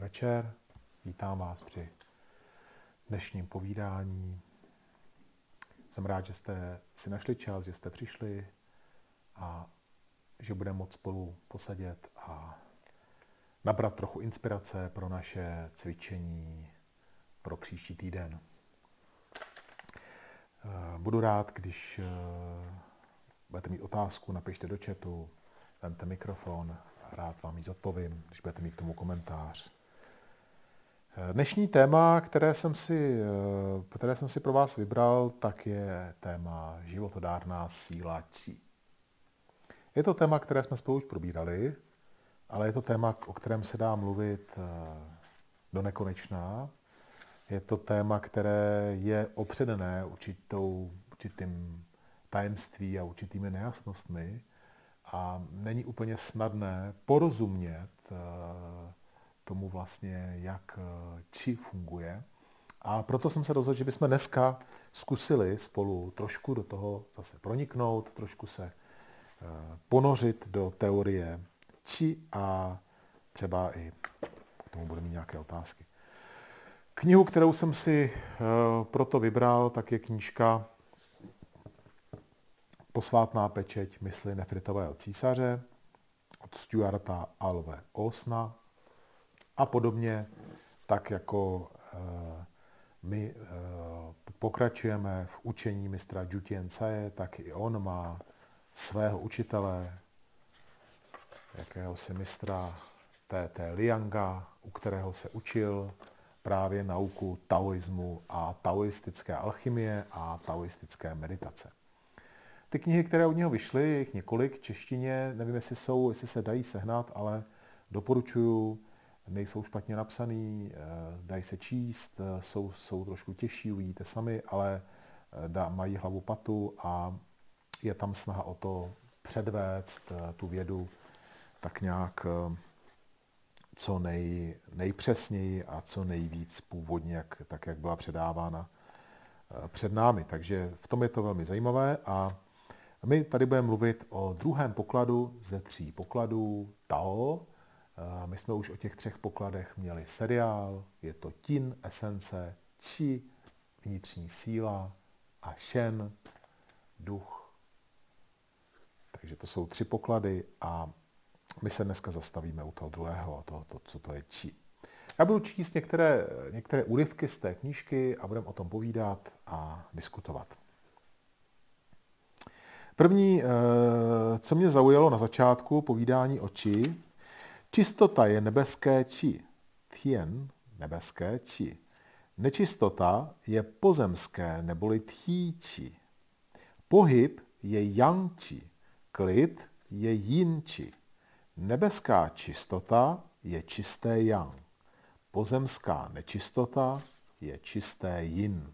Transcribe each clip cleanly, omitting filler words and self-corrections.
večer. Vítám vás při dnešním povídání. Jsem rád, že jste si našli čas, že jste přišli a že budeme moct spolu posedět a nabrat trochu inspirace pro naše cvičení pro příští týden. Budu rád, když budete mít otázku, napište do chatu, vemte mikrofon, rád vám ji zodpovím, když budete mít k tomu komentář. Dnešní téma, které jsem si pro vás vybral, tak je téma životodárná síla Qi. Je to téma, které jsme spolu už probírali, ale je to téma, o kterém se dá mluvit do nekonečna. Je to téma, které je opředené určitým tajemství a určitými nejasnostmi a není úplně snadné porozumět tomu vlastně, jak Qi funguje. A proto jsem se rozhodl, že bychom dneska zkusili spolu trošku do toho zase proniknout, trošku se ponořit do teorie Qi a třeba i k tomu budeme mít nějaké otázky. Knihu, kterou jsem si proto vybral, tak je knížka Posvátná pečeť mysli nefritového císaře od Stuarta Alve Osna. A podobně, tak jako my pokračujeme v učení mistra Zhu Tiancaje, tak i on má svého učitele, jakéhosi mistra T.T. Lianga, u kterého se učil právě nauku taoismu a taoistické alchymie a taoistické meditace. Ty knihy, které od něho vyšly, je jich několik v češtině, nevím, jestli se dají sehnat, ale doporučuju. Nejsou špatně napsaný, dají se číst, jsou trošku těžší, uvidíte sami, ale mají hlavu patu a je tam snaha o to předvést tu vědu tak nějak co nejpřesněji a co nejvíc původně, tak jak byla předávána před námi. Takže v tom je to velmi zajímavé a my tady budeme mluvit o druhém pokladu ze 3 pokladů Tao. My jsme už o těch 3 pokladech měli seriál, je to Tin, esence, Qi, vnitřní síla a Shen, duch. Takže to jsou 3 poklady a my se dneska zastavíme u toho druhého, co to je Qi. Já budu číst některé úryvky z té knížky a budeme o tom povídat a diskutovat. První, co mě zaujalo na začátku povídání o Qi, čistota je nebeské Qi. Tian, nebeské Qi. Nečistota je pozemské neboli Tí Qi. Pohyb je Yang Qi. Klid je Yin Qi. Nebeská čistota je čisté Yang. Pozemská nečistota je čisté Yin.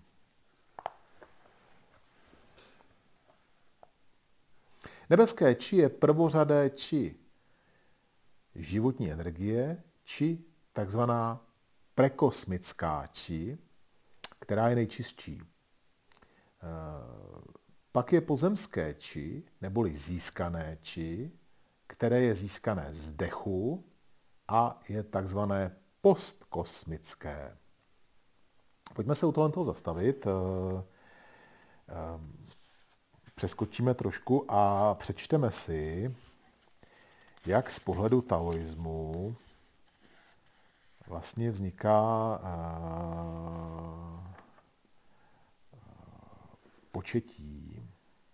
Nebeské Qi je prvořadé Qi. Životní energie, Qi, takzvaná prekosmická Qi, která je nejčistší. Pak je pozemské Qi, neboli získané Qi, které je získané z dechu a je takzvané postkosmické. Pojďme se u toho zastavit. Přeskočíme trošku a přečteme si, jak z pohledu taoismu vlastně vzniká početí.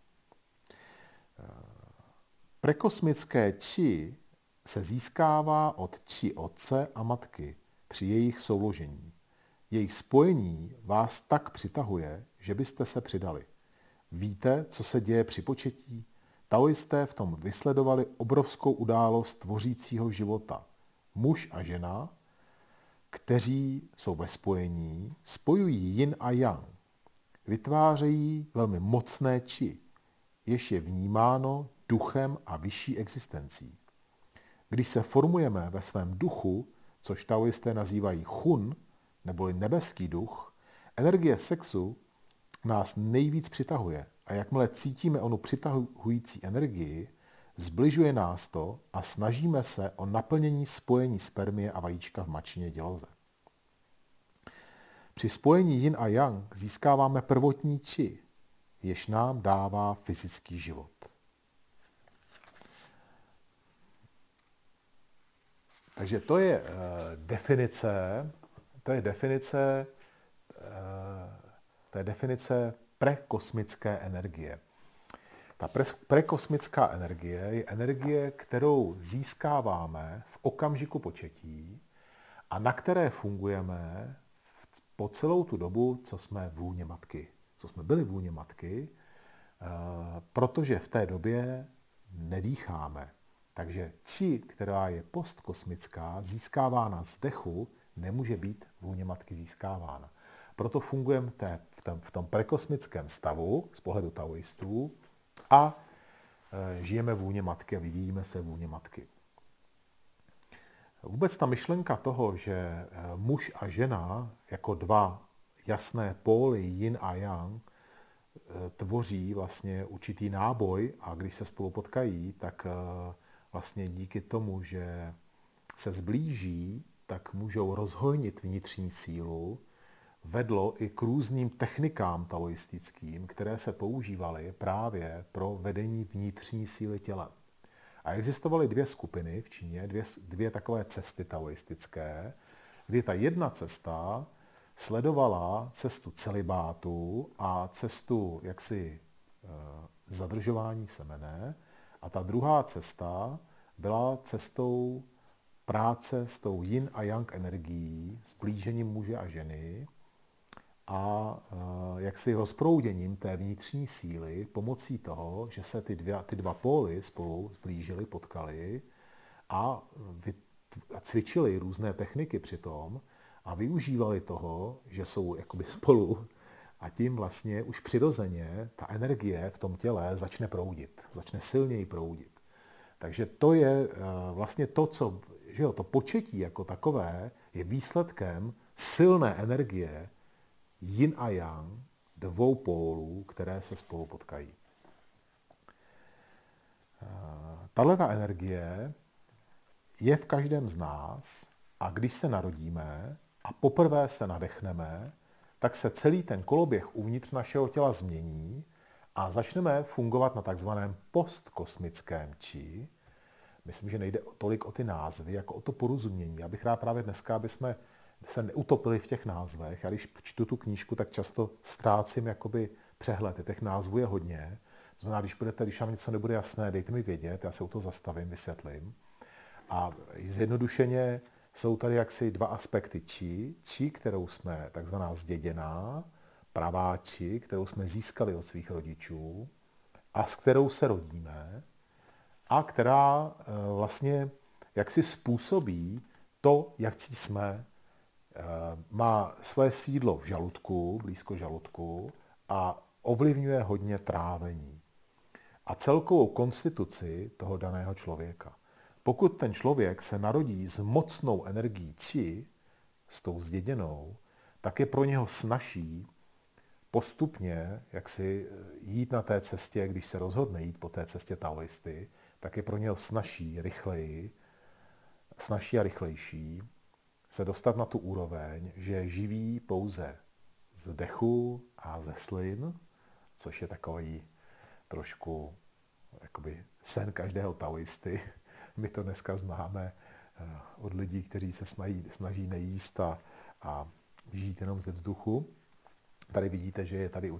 Prekosmické Qi se získává od Qi otce a matky při jejich souložení. Jejich spojení vás tak přitahuje, že byste se přidali. Víte, co se děje při početí? Taoisté v tom vysledovali obrovskou událost tvořícího života. Muž a žena, kteří jsou ve spojení, spojují yin a yang. Vytvářejí velmi mocné Qi, jež je vnímáno duchem a vyšší existencí. Když se formujeme ve svém duchu, což taoisté nazývají chun, neboli nebeský duch, energie sexu nás nejvíc přitahuje a jakmile cítíme onu přitahující energii, Zbližuje nás to a snažíme se o naplnění spojení spermie a vajíčka v matčině děloze. Při spojení yin a yang získáváme prvotní chi, jež nám dává fyzický život. Takže to je definice prekosmické energie. Ta prekosmická energie je energie, kterou získáváme v okamžiku početí a na které fungujeme po celou tu dobu, co jsme v lůně matky. Co jsme byli v lůně matky, protože v té době nedýcháme. Takže chi, která je postkosmická, získávána z dechu, nemůže být v lůně matky získávána. Proto fungujeme v tom prekosmickém stavu z pohledu taoistů a žijeme v lůně matky a vyvíjíme se v lůně matky. Vůbec ta myšlenka toho, že muž a žena jako dva jasné póly yin a yang tvoří vlastně určitý náboj a když se spolu potkají, tak vlastně díky tomu, že se zblíží, tak můžou rozhojnit vnitřní sílu, vedlo i k různým technikám taoistickým, které se používaly právě pro vedení vnitřní síly tělem. A existovaly dvě skupiny v Číně, dvě takové cesty taoistické, kdy ta jedna cesta sledovala cestu celibátu a cestu jaksi zadržování semene a ta druhá cesta byla cestou práce s tou yin a yang energií, sblížením muže a ženy a jaksi rozprouděním té vnitřní síly pomocí toho, že se ty dva póly spolu zblížily, potkali a cvičili různé techniky přitom a využívali toho, že jsou jakoby spolu a tím vlastně už přirozeně ta energie v tom těle začne proudit, začne silněji proudit. Takže to je vlastně to, co, že jo, to početí jako takové je výsledkem silné energie yin a yang, dvou pólů, které se spolu potkají. Tato energie je v každém z nás a když se narodíme a poprvé se nadechneme, tak se celý ten koloběh uvnitř našeho těla změní a začneme fungovat na takzvaném postkosmickém chi. Myslím, že nejde tolik o ty názvy, jako o to porozumění. Já bych rád právě dneska, aby jsme se neutopili v těch názvech. Já když čtu tu knížku, tak často ztrácím jakoby přehled. Těch názvů je hodně. Znamená, když vám něco nebude jasné, dejte mi vědět, já se u toho zastavím, vysvětlím. A zjednodušeně jsou tady jaksi dva aspekty chi. Chi, kterou jsme takzvaná zděděná, pravá chi, kterou jsme získali od svých rodičů a s kterou se rodíme a která vlastně jaksi způsobí to, jak jsme. Má své sídlo v žaludku, blízko žaludku a ovlivňuje hodně trávení a celkovou konstituci toho daného člověka. Pokud ten člověk se narodí s mocnou energií chi, s tou zděděnou, tak je pro něho snazší postupně, jak si jít na té cestě, když se rozhodne jít po té cestě taoisty, tak je pro něho snazší a rychlejší se dostat na tu úroveň, že živí pouze z dechu a ze slin, což je takový trošku jakoby sen každého taoisty. My to dneska známe od lidí, kteří se snaží nejíst a žít jenom ze vzduchu. Tady vidíte, že je tady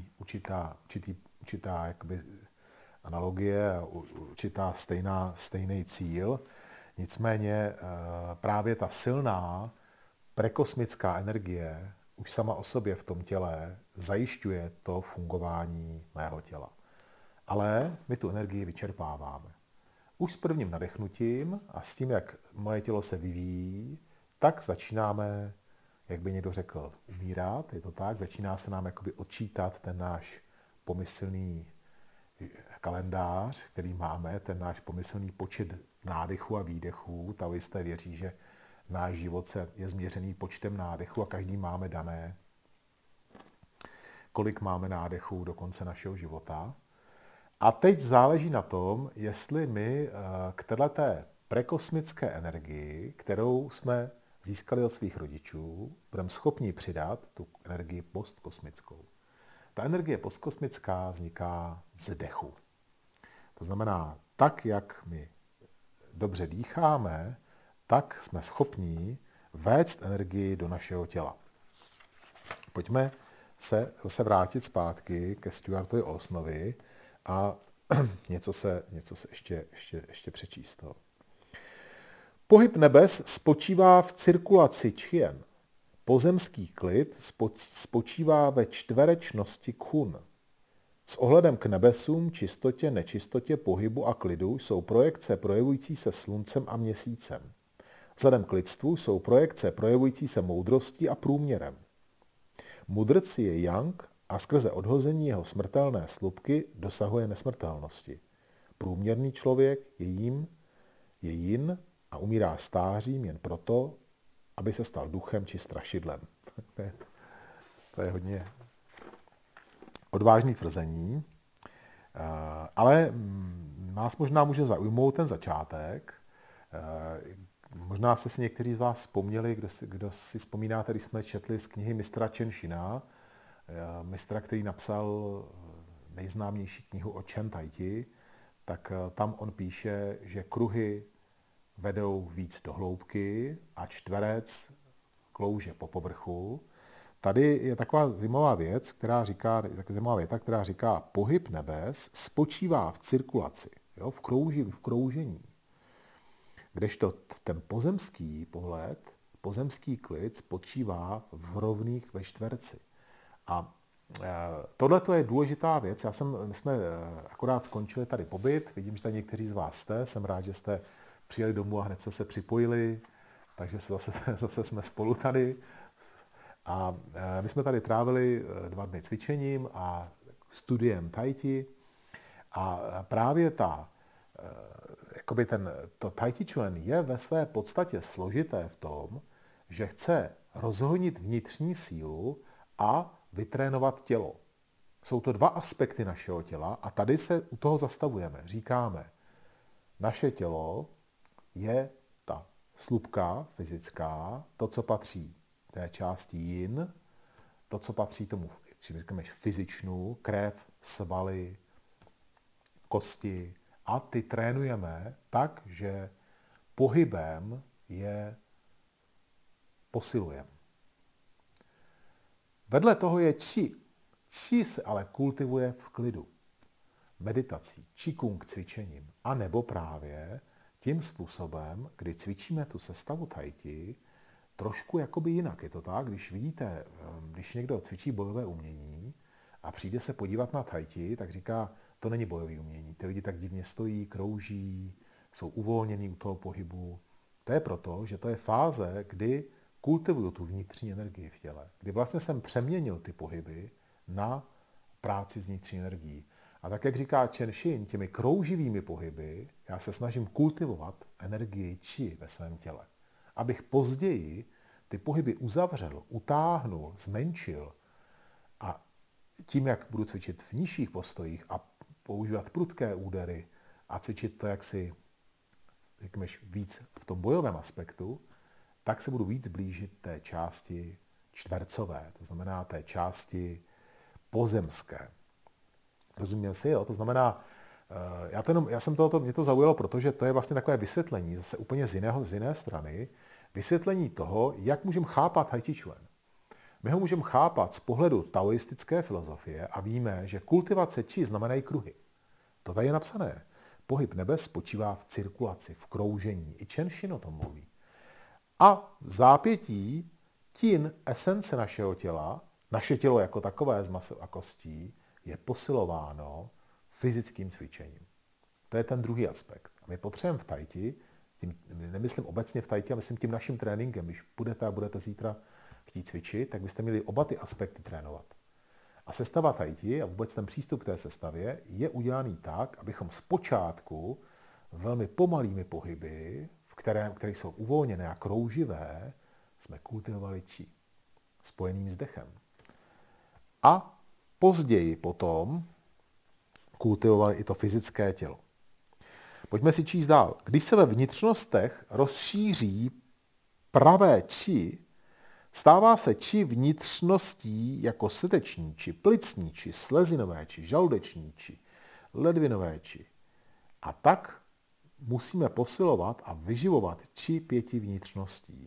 určitá jakoby analogie a určitá stejný cíl. Nicméně právě ta silná prekosmická energie už sama o sobě v tom těle zajišťuje to fungování mého těla. Ale my tu energii vyčerpáváme. Už s prvním nadechnutím a s tím, jak moje tělo se vyvíjí, tak začínáme, jak by někdo řekl, umírat. Je to tak, začíná se nám jakoby odčítat ten náš pomyslný kalendář, který máme, ten náš pomyslný počet nádechů a výdechů. Taoisté věří, že náš život je změřený počtem nádechů a každý máme dané, kolik máme nádechů do konce našeho života. A teď záleží na tom, jestli my k této prekosmické energii, kterou jsme získali od svých rodičů, budeme schopni přidat tu energii postkosmickou. Ta energie postkosmická vzniká z dechu. To znamená, tak, jak my dobře dýcháme, tak jsme schopni vést energii do našeho těla. Pojďme se zase vrátit zpátky ke Stuartovi Olsonovi a něco se ještě přečíst. Pohyb nebes spočívá v cirkulaci čchien. Pozemský klid spočívá ve čtverečnosti khun. S ohledem k nebesům, čistotě, nečistotě, pohybu a klidu jsou projekce projevující se sluncem a měsícem. Vzhledem k lidstvu jsou projekce projevující se moudrostí a průměrem. Mudrc je yang a skrze odhození jeho smrtelné slupky dosahuje nesmrtelnosti. Průměrný člověk je yin a umírá stářím jen proto, aby se stal duchem či strašidlem. To je hodně odvážný tvrzení, ale nás možná může zaujmout ten začátek. Možná jste si někteří z vás vzpomněli, kdo si vzpomínáte, když jsme četli z knihy mistra Chen Shina, mistra, který napsal nejznámější knihu o Chen Tai, tak tam on píše, že kruhy vedou víc do hloubky a čtverec klouže po povrchu. Tady je taková zajímavá věc, která říká, pohyb nebes spočívá v cirkulaci, jo, v kroužení. Kdežto ten pozemský pohled, pozemský klid spočívá v rovných ve čtverci. A tohle je důležitá věc. My jsme akorát skončili tady pobyt, vidím, že tady někteří z vás jste, jsem rád, že jste přijeli domů a hned jste se připojili, takže zase jsme spolu tady. A my jsme tady trávili 2 dny cvičením a studiem Tai Chi. A právě to Tai Chi Chuan je ve své podstatě složité v tom, že chce rozhonit vnitřní sílu a vytrénovat tělo. Jsou to 2 aspekty našeho těla a tady se u toho zastavujeme. Říkáme, naše tělo je ta slupka fyzická, to, co patří té části yin, to, co patří tomu, či říkáme fyzičnu, krev, svaly, kosti a ty trénujeme tak, že pohybem je posilujeme. Vedle toho je qi. Qi se ale kultivuje v klidu. Meditací, qigong cvičením, a nebo právě tím způsobem, kdy cvičíme tu sestavu Tai Chi, trošku jakoby jinak. Je to tak, když vidíte, když někdo cvičí bojové umění a přijde se podívat na Tai Chi, tak říká, to není bojové umění. Ty lidi tak divně stojí, krouží, jsou uvolnění u toho pohybu. To je proto, že to je fáze, kdy kultivuju tu vnitřní energii v těle. Kdy vlastně jsem přeměnil ty pohyby na práci s vnitřní energií. A tak, jak říká Chen Shin, těmi krouživými pohyby já se snažím kultivovat energii Qi ve svém těle. Abych později ty pohyby uzavřel, utáhnul, zmenšil a tím, jak budu cvičit v nižších postojích a používat prudké údery a cvičit to jaksi víc v tom bojovém aspektu, tak se budu víc blížit té části čtvercové, to znamená té části pozemské. Rozuměl si, jo? To znamená, mě to zaujalo, protože to je vlastně takové vysvětlení, zase úplně z jiné strany, vysvětlení toho, jak můžeme chápat Tai Chi Chuan. My ho můžeme chápat z pohledu taoistické filozofie a víme, že kultivace Qi znamenají kruhy. To tady je napsané. Pohyb nebes spočívá v cirkulaci, v kroužení. I Chen Shin o tom mluví. A v zápětí tin esence našeho těla, naše tělo jako takové z masy a kostí, je posilováno fyzickým cvičením. To je ten druhý aspekt. A my potřebujeme v Tai Chi, tím nemyslím obecně v Tai Chi, a myslím tím naším tréninkem. Když budete zítra chtít cvičit, tak byste měli oba ty aspekty trénovat. A sestava Tai Chi a vůbec ten přístup k té sestavě je udělaný tak, abychom zpočátku velmi pomalými pohyby, které jsou uvolněné a krouživé, jsme kultivovali Qi, spojeným s dechem. A později potom kultivovali i to fyzické tělo. Pojďme si číst dál. Když se ve vnitřnostech rozšíří pravé či, stává se či vnitřností jako srdeční či, plicní či, slezinové či, žaludeční či, ledvinové či. A tak musíme posilovat a vyživovat či 5 vnitřností.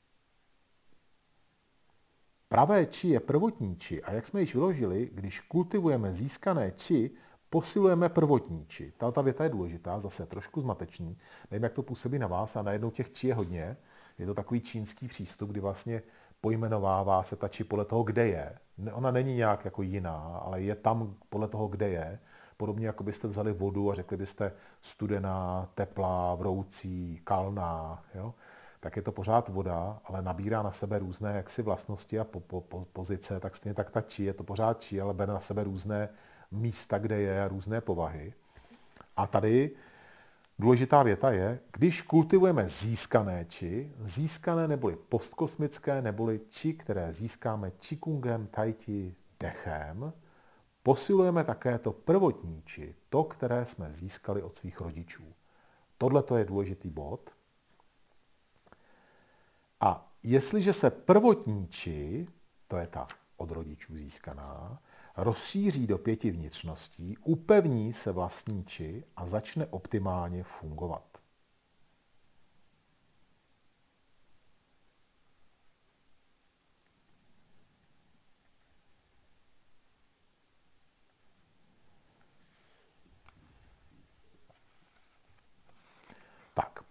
Pravé či je prvotní či a jak jsme již vyložili, když kultivujeme získané či, posilujeme prvotní či. Tato věta je důležitá, zase trošku zmatečný. Nevím, jak to působí na vás a najednou těch či je hodně. Je to takový čínský přístup, kdy vlastně pojmenovává se ta či podle toho, kde je. Ona není nějak jako jiná, ale je tam podle toho, kde je. Podobně jako byste vzali vodu a řekli byste studená, teplá, vroucí, kalná. Jo? Tak je to pořád voda, ale nabírá na sebe různé jaksi vlastnosti a pozice, tak stejně tak ta či je to pořád či, ale bere na sebe různé místa, kde je, různé povahy. A tady důležitá věta je, když kultivujeme získané či, získané neboli postkosmické, neboli či, které získáme čikungem, tajti, dechem, posilujeme také to prvotní či, to, které jsme získali od svých rodičů. Tohle to je důležitý bod. A jestliže se prvotní či, to je ta od rodičů získaná, rozšíří do 5 vnitřností, upevní se vlastní či a začne optimálně fungovat. Tak.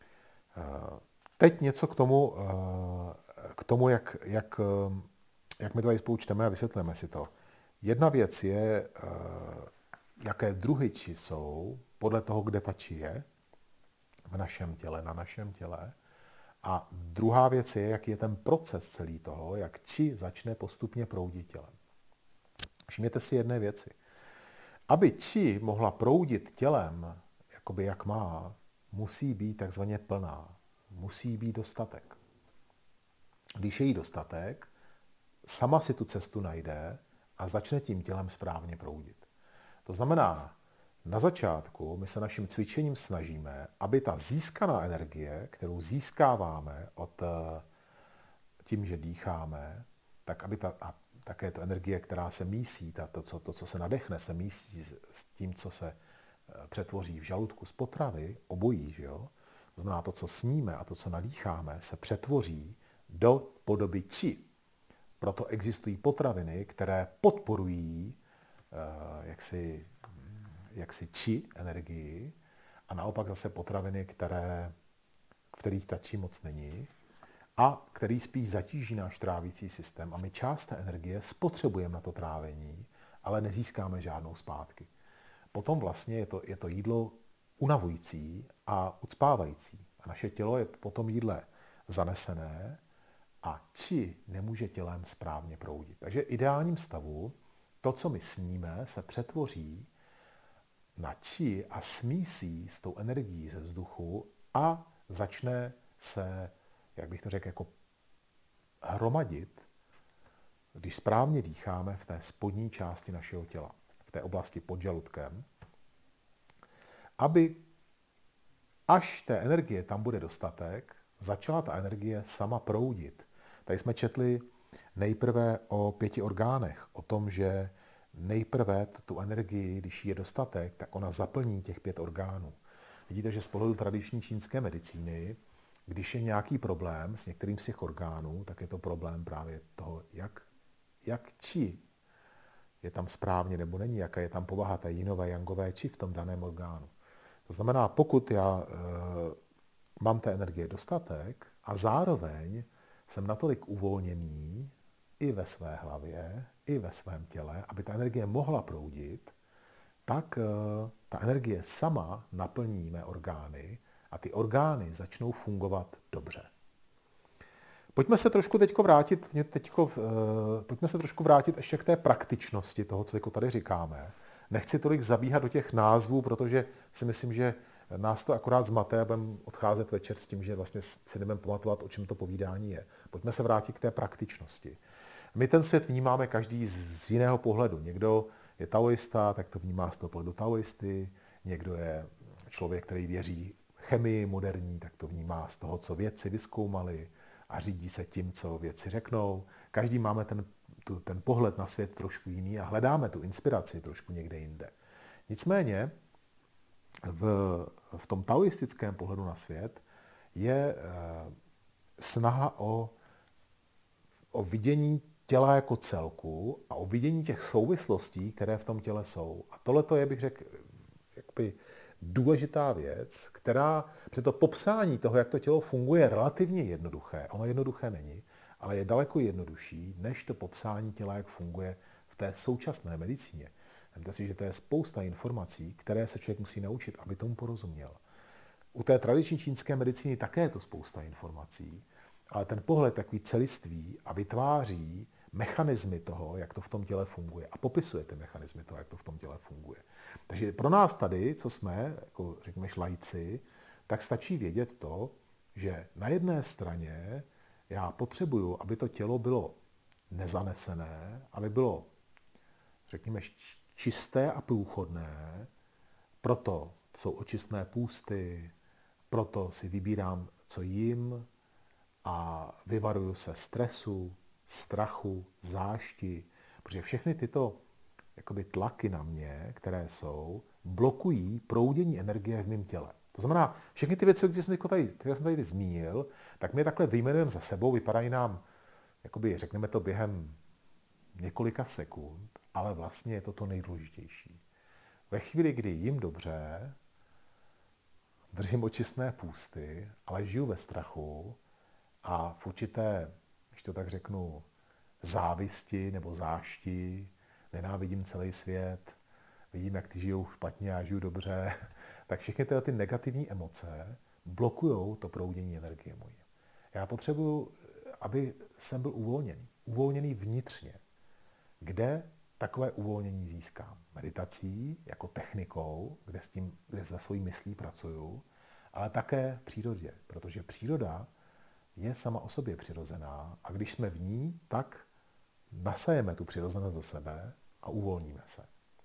Teď něco k tomu jak my tady spolu čteme a vysvětlíme si to. Jedna věc je, jaké druhy či jsou, podle toho, kde ta či je, v našem těle, na našem těle. A druhá věc je, jaký je ten proces celý toho, jak či začne postupně proudit tělem. Všimněte si jedné věci. Aby či mohla proudit tělem, jakoby jak má, musí být takzvaně plná. Musí být dostatek. Když je jí dostatek, sama si tu cestu najde a začne tím tělem správně proudit. To znamená, na začátku my se naším cvičením snažíme, aby ta získaná energie, kterou získáváme od tím, že dýcháme, tak aby a také to energie, která se mísí, to, co se nadechne, se mísí s tím, co se přetvoří v žaludku z potravy, obojí, že jo? To znamená, to, co sníme a to, co nadýcháme, se přetvoří do podoby či. Proto existují potraviny, které podporují jaksi či energii a naopak zase potraviny, v kterých ta či moc není a který spíš zatíží náš trávící systém a my část té energie spotřebujeme na to trávení, ale nezískáme žádnou zpátky. Potom vlastně je to jídlo unavující a ucpávající. A naše tělo je po tom jídle zanesené a či nemůže tělem správně proudit. Takže v ideálním stavu to, co my sníme, se přetvoří na či a smísí s tou energií ze vzduchu a začne se, jak bych to řekl, jako hromadit, když správně dýcháme v té spodní části našeho těla, v té oblasti pod žaludkem, aby až té energie tam bude dostatek, začala ta energie sama proudit. Tady jsme četli nejprve o 5 orgánech, o tom, že nejprve tu energii, když je dostatek, tak ona zaplní těch 5 orgánů. Vidíte, že z pohledu tradiční čínské medicíny, když je nějaký problém s některým z těch orgánů, tak je to problém právě toho, jak či je tam správně nebo není, jaká je tam povaha té jinové, jangové či v tom daném orgánu. To znamená, pokud já mám té energie dostatek a zároveň jsem natolik uvolněný i ve své hlavě, i ve svém těle, aby ta energie mohla proudit, tak ta energie sama naplní mé orgány a ty orgány začnou fungovat dobře. Pojďme se trošku vrátit ještě k té praktičnosti toho, co tady říkáme. Nechci tolik zabíhat do těch názvů, protože si myslím, že nás to akorát zmate a budeme odcházet večer s tím, že vlastně si nebudeme pamatovat, o čem to povídání je. Pojďme se vrátit k té praktičnosti. My ten svět vnímáme každý z jiného pohledu. Někdo je taoista, tak to vnímá z toho pohledu taoisty. Někdo je člověk, který věří chemii moderní, tak to vnímá z toho, co vědci vyzkoumali a řídí se tím, co vědci řeknou. Každý máme ten pohled na svět trošku jiný a hledáme tu inspiraci trošku někde jinde. Nicméně v tom taoistickém pohledu na svět je snaha o vidění těla jako celku a o vidění těch souvislostí, které v tom těle jsou. A tohle je, bych řekl, jakoby důležitá věc, která při to popsání toho, jak to tělo funguje, je relativně jednoduché. Ono jednoduché není, ale je daleko jednodušší, než to popsání těla, jak funguje v té současné medicíně. Vemte si, že to je spousta informací, které se člověk musí naučit, aby tomu porozuměl. U té tradiční čínské medicíny také je to spousta informací, ale ten pohled takový celistvý a vytváří mechanismy toho, jak to v tom těle funguje a popisuje ty mechanismy toho, jak to v tom těle funguje. Takže pro nás tady, co jsme, jako řekněme laici, tak stačí vědět to, že na jedné straně já potřebuju, aby to tělo bylo nezanesené, aby bylo, řekněme, čisté a průchodné, proto jsou očistné půsty, proto si vybírám, co jim a vyvaruju se stresu, strachu, zášti, protože všechny tyto jakoby tlaky na mě, které jsou, blokují proudění energie v mém těle. To znamená, všechny ty věci, které jsem tady zmínil, tak my takhle vyjmenujeme za sebou, vypadají nám, jakoby, řekneme to během několika sekund, ale vlastně je to to nejdůležitější. Ve chvíli, kdy jim dobře, držím očistné půsty, ale žiju ve strachu a v určité, když to tak řeknu, závisti nebo zášti, nenávidím celý svět, vidím, jak ty žijou špatně a já žiju dobře, tak všechny ty negativní emoce blokují to proudění energie moje. Já potřebuju, aby jsem byl uvolněný. Uvolněný vnitřně. Kde takové uvolnění získám? Meditací, jako technikou, kde se svojí myslí pracuju, ale také v přírodě, protože příroda je sama o sobě přirozená a když jsme v ní, tak nasajeme tu přirozenost do sebe a uvolníme se.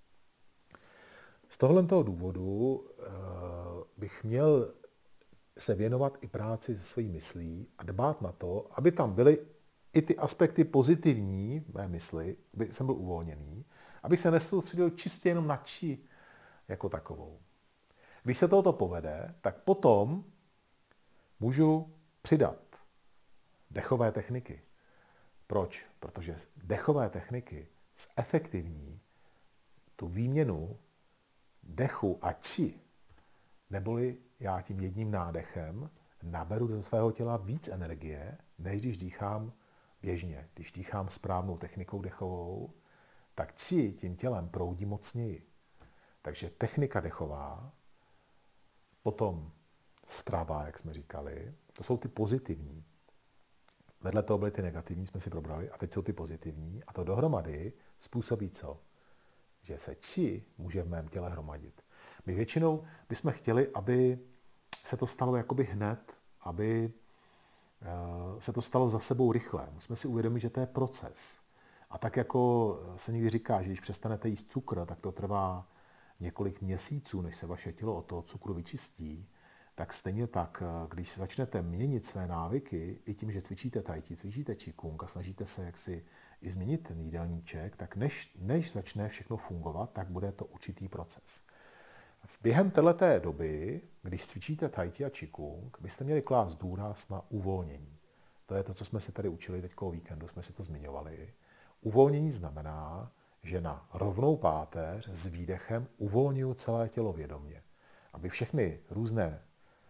Z tohoto důvodu bych měl se věnovat i práci se svojí myslí a dbát na to, aby tam byly i ty aspekty pozitivní mé mysli, aby jsem byl uvolněný, abych se nesoustředil čistě jenom na či jako takovou. Když se tohoto povede, tak potom můžu přidat dechové techniky. Proč? Protože dechové techniky zefektivní tu výměnu dechu a či, neboli já tím jedním nádechem naberu do svého těla víc energie, než když dýchám běžně. Když dýchám správnou technikou dechovou, tak či tím tělem proudí mocněji. Takže technika dechová, potom strava, jak jsme říkali, to jsou ty pozitivní. Vedle toho byly ty negativní, jsme si probrali, a teď jsou ty pozitivní. A to dohromady způsobí co? Že se či může v mém těle hromadit. My většinou bychom chtěli, aby se to stalo jakoby hned, aby se to stalo za sebou rychle. Musíme si uvědomit, že to je proces. A tak jako se někdy říká, že když přestanete jíst cukr, tak to trvá několik měsíců, než se vaše tělo od toho cukru vyčistí, tak stejně tak, když začnete měnit své návyky, i tím, že cvičíte tai chi, cvičíte qigong a snažíte se jaksi i změnit ten jídelníček, tak než začne všechno fungovat, tak bude to určitý proces. Během této doby, když cvičíte tai chi a qigong, byste měli klást důraz na uvolnění. To je to, co jsme se tady učili teď o víkendu, jsme si to zmiňovali. Uvolnění znamená, že na rovnou páteř s výdechem uvolňuji celé tělo vědomě. Aby všechny různé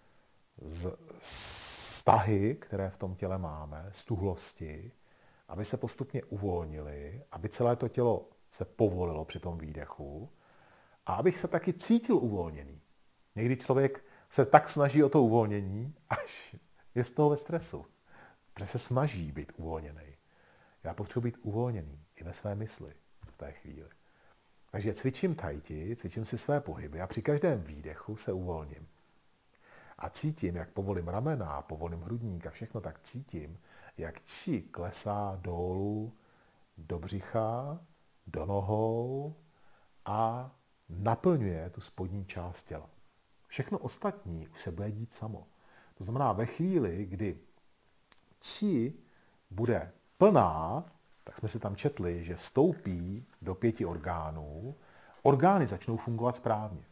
vztahy, které v tom těle máme, stuhlosti, aby se postupně uvolnily, aby celé to tělo se povolilo při tom výdechu a abych se taky cítil uvolněný. Někdy člověk se tak snaží o to uvolnění, až je z toho ve stresu, protože se snaží být uvolněný. Já potřebuji být uvolněný i ve své mysli v té chvíli. Takže cvičím tai chi, cvičím si své pohyby a při každém výdechu se uvolním. A cítím, jak povolím ramena, povolím hrudník a všechno, tak cítím, jak či klesá dolů do břicha, do nohou a naplňuje tu spodní část těla. Všechno ostatní už se bude dít samo. To znamená, ve chvíli, kdy či bude plná, tak jsme si tam četli, že vstoupí do 5 orgánů, orgány začnou fungovat správně.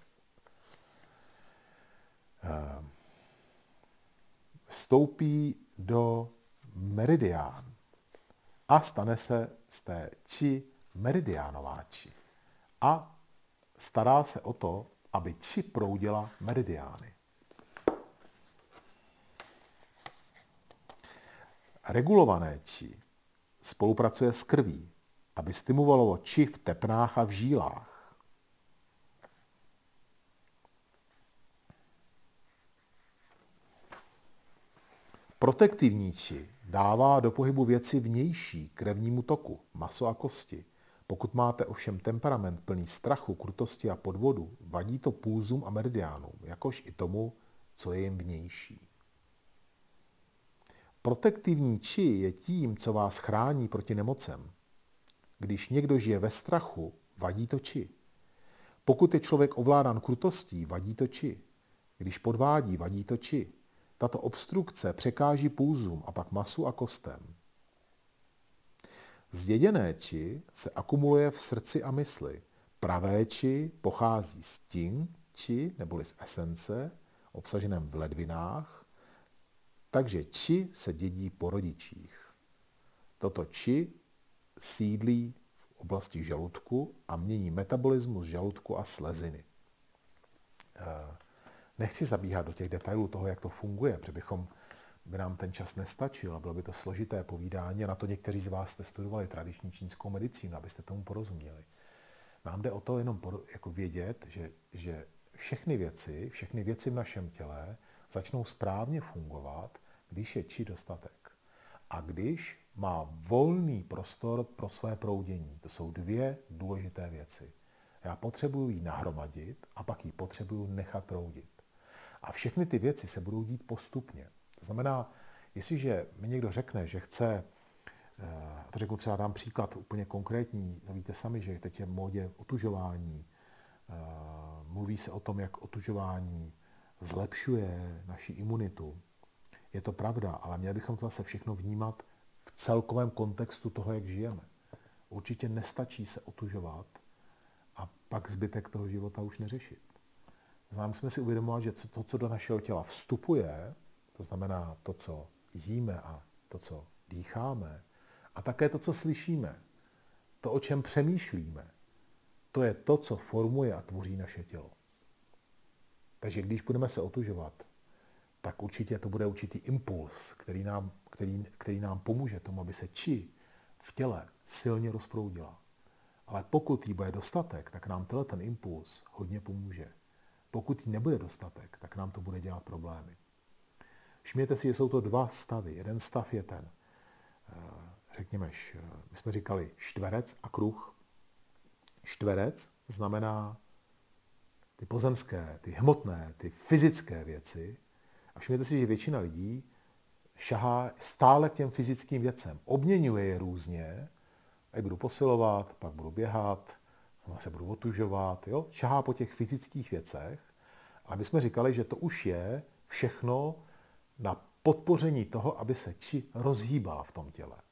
Vstoupí do meridián a stane se z té či meridiánová či. A stará se o to, aby či proudila meridiány. Regulované či spolupracuje s krví, aby stimulovalo či v tepnách a v žílách. Protektivní či dává do pohybu věci vnější krevnímu toku, maso a kosti. Pokud máte ovšem temperament plný strachu, krutosti a podvodu, vadí to pulzům a meridiánům, jakož i tomu, co je jim vnější. Protektivní či je tím, co vás chrání proti nemocem. Když někdo žije ve strachu, vadí to či. Pokud je člověk ovládán krutostí, vadí to či. Když podvádí, vadí to či. Tato obstrukce překáží pulzům a pak masu a kostem. Zděděné či se akumuluje v srdci a mysli. Pravé či pochází z ting či neboli z esence, obsaženém v ledvinách, takže či se dědí po rodičích. Toto či sídlí v oblasti žaludku a mění metabolismus žaludku a sleziny. Nechci zabíhat do těch detailů toho, jak to funguje, protože by nám ten čas nestačil a bylo by to složité povídání a na to někteří z vás jste studovali tradiční čínskou medicínu, abyste tomu porozuměli. Nám jde o to jenom jako vědět, že všechny věci v našem těle začnou správně fungovat, když je či dostatek. A když má volný prostor pro své proudění. To jsou 2 důležité věci. Já potřebuji ji nahromadit a pak ji potřebuji nechat proudit. A všechny ty věci se budou dít postupně. To znamená, jestliže mi někdo řekne, že chce, a to řeknu třeba, dám příklad úplně konkrétní, no víte sami, že teď je v módě otužování, mluví se o tom, jak otužování zlepšuje naši imunitu. Je to pravda, ale měli bychom to zase všechno vnímat v celkovém kontextu toho, jak žijeme. Určitě nestačí se otužovat a pak zbytek toho života už neřešit. Musíme si uvědomovat, že to, co do našeho těla vstupuje, to znamená to, co jíme a to, co dýcháme, a také to, co slyšíme, to, o čem přemýšlíme, to je to, co formuje a tvoří naše tělo. Takže když budeme se otužovat, tak určitě to bude určitý impuls, který nám pomůže tomu, aby se či v těle silně rozproudila. Ale pokud jí bude dostatek, tak nám ten impuls hodně pomůže. Pokud jí nebude dostatek, tak nám to bude dělat problémy. Všimněte si, že jsou to 2 stavy. Jeden stav je ten, řekněme, my jsme říkali čtverec a kruh. Čtverec znamená ty pozemské, ty hmotné, ty fyzické věci. A všimněte si, že většina lidí šahá stále k těm fyzickým věcem. Obměňuje je různě. Aj budu posilovat, pak budu běhat, se budu otužovat. Jo? Šahá po těch fyzických věcech. A my jsme říkali, že to už je všechno na podpoření toho, aby se či rozhýbala v tom těle.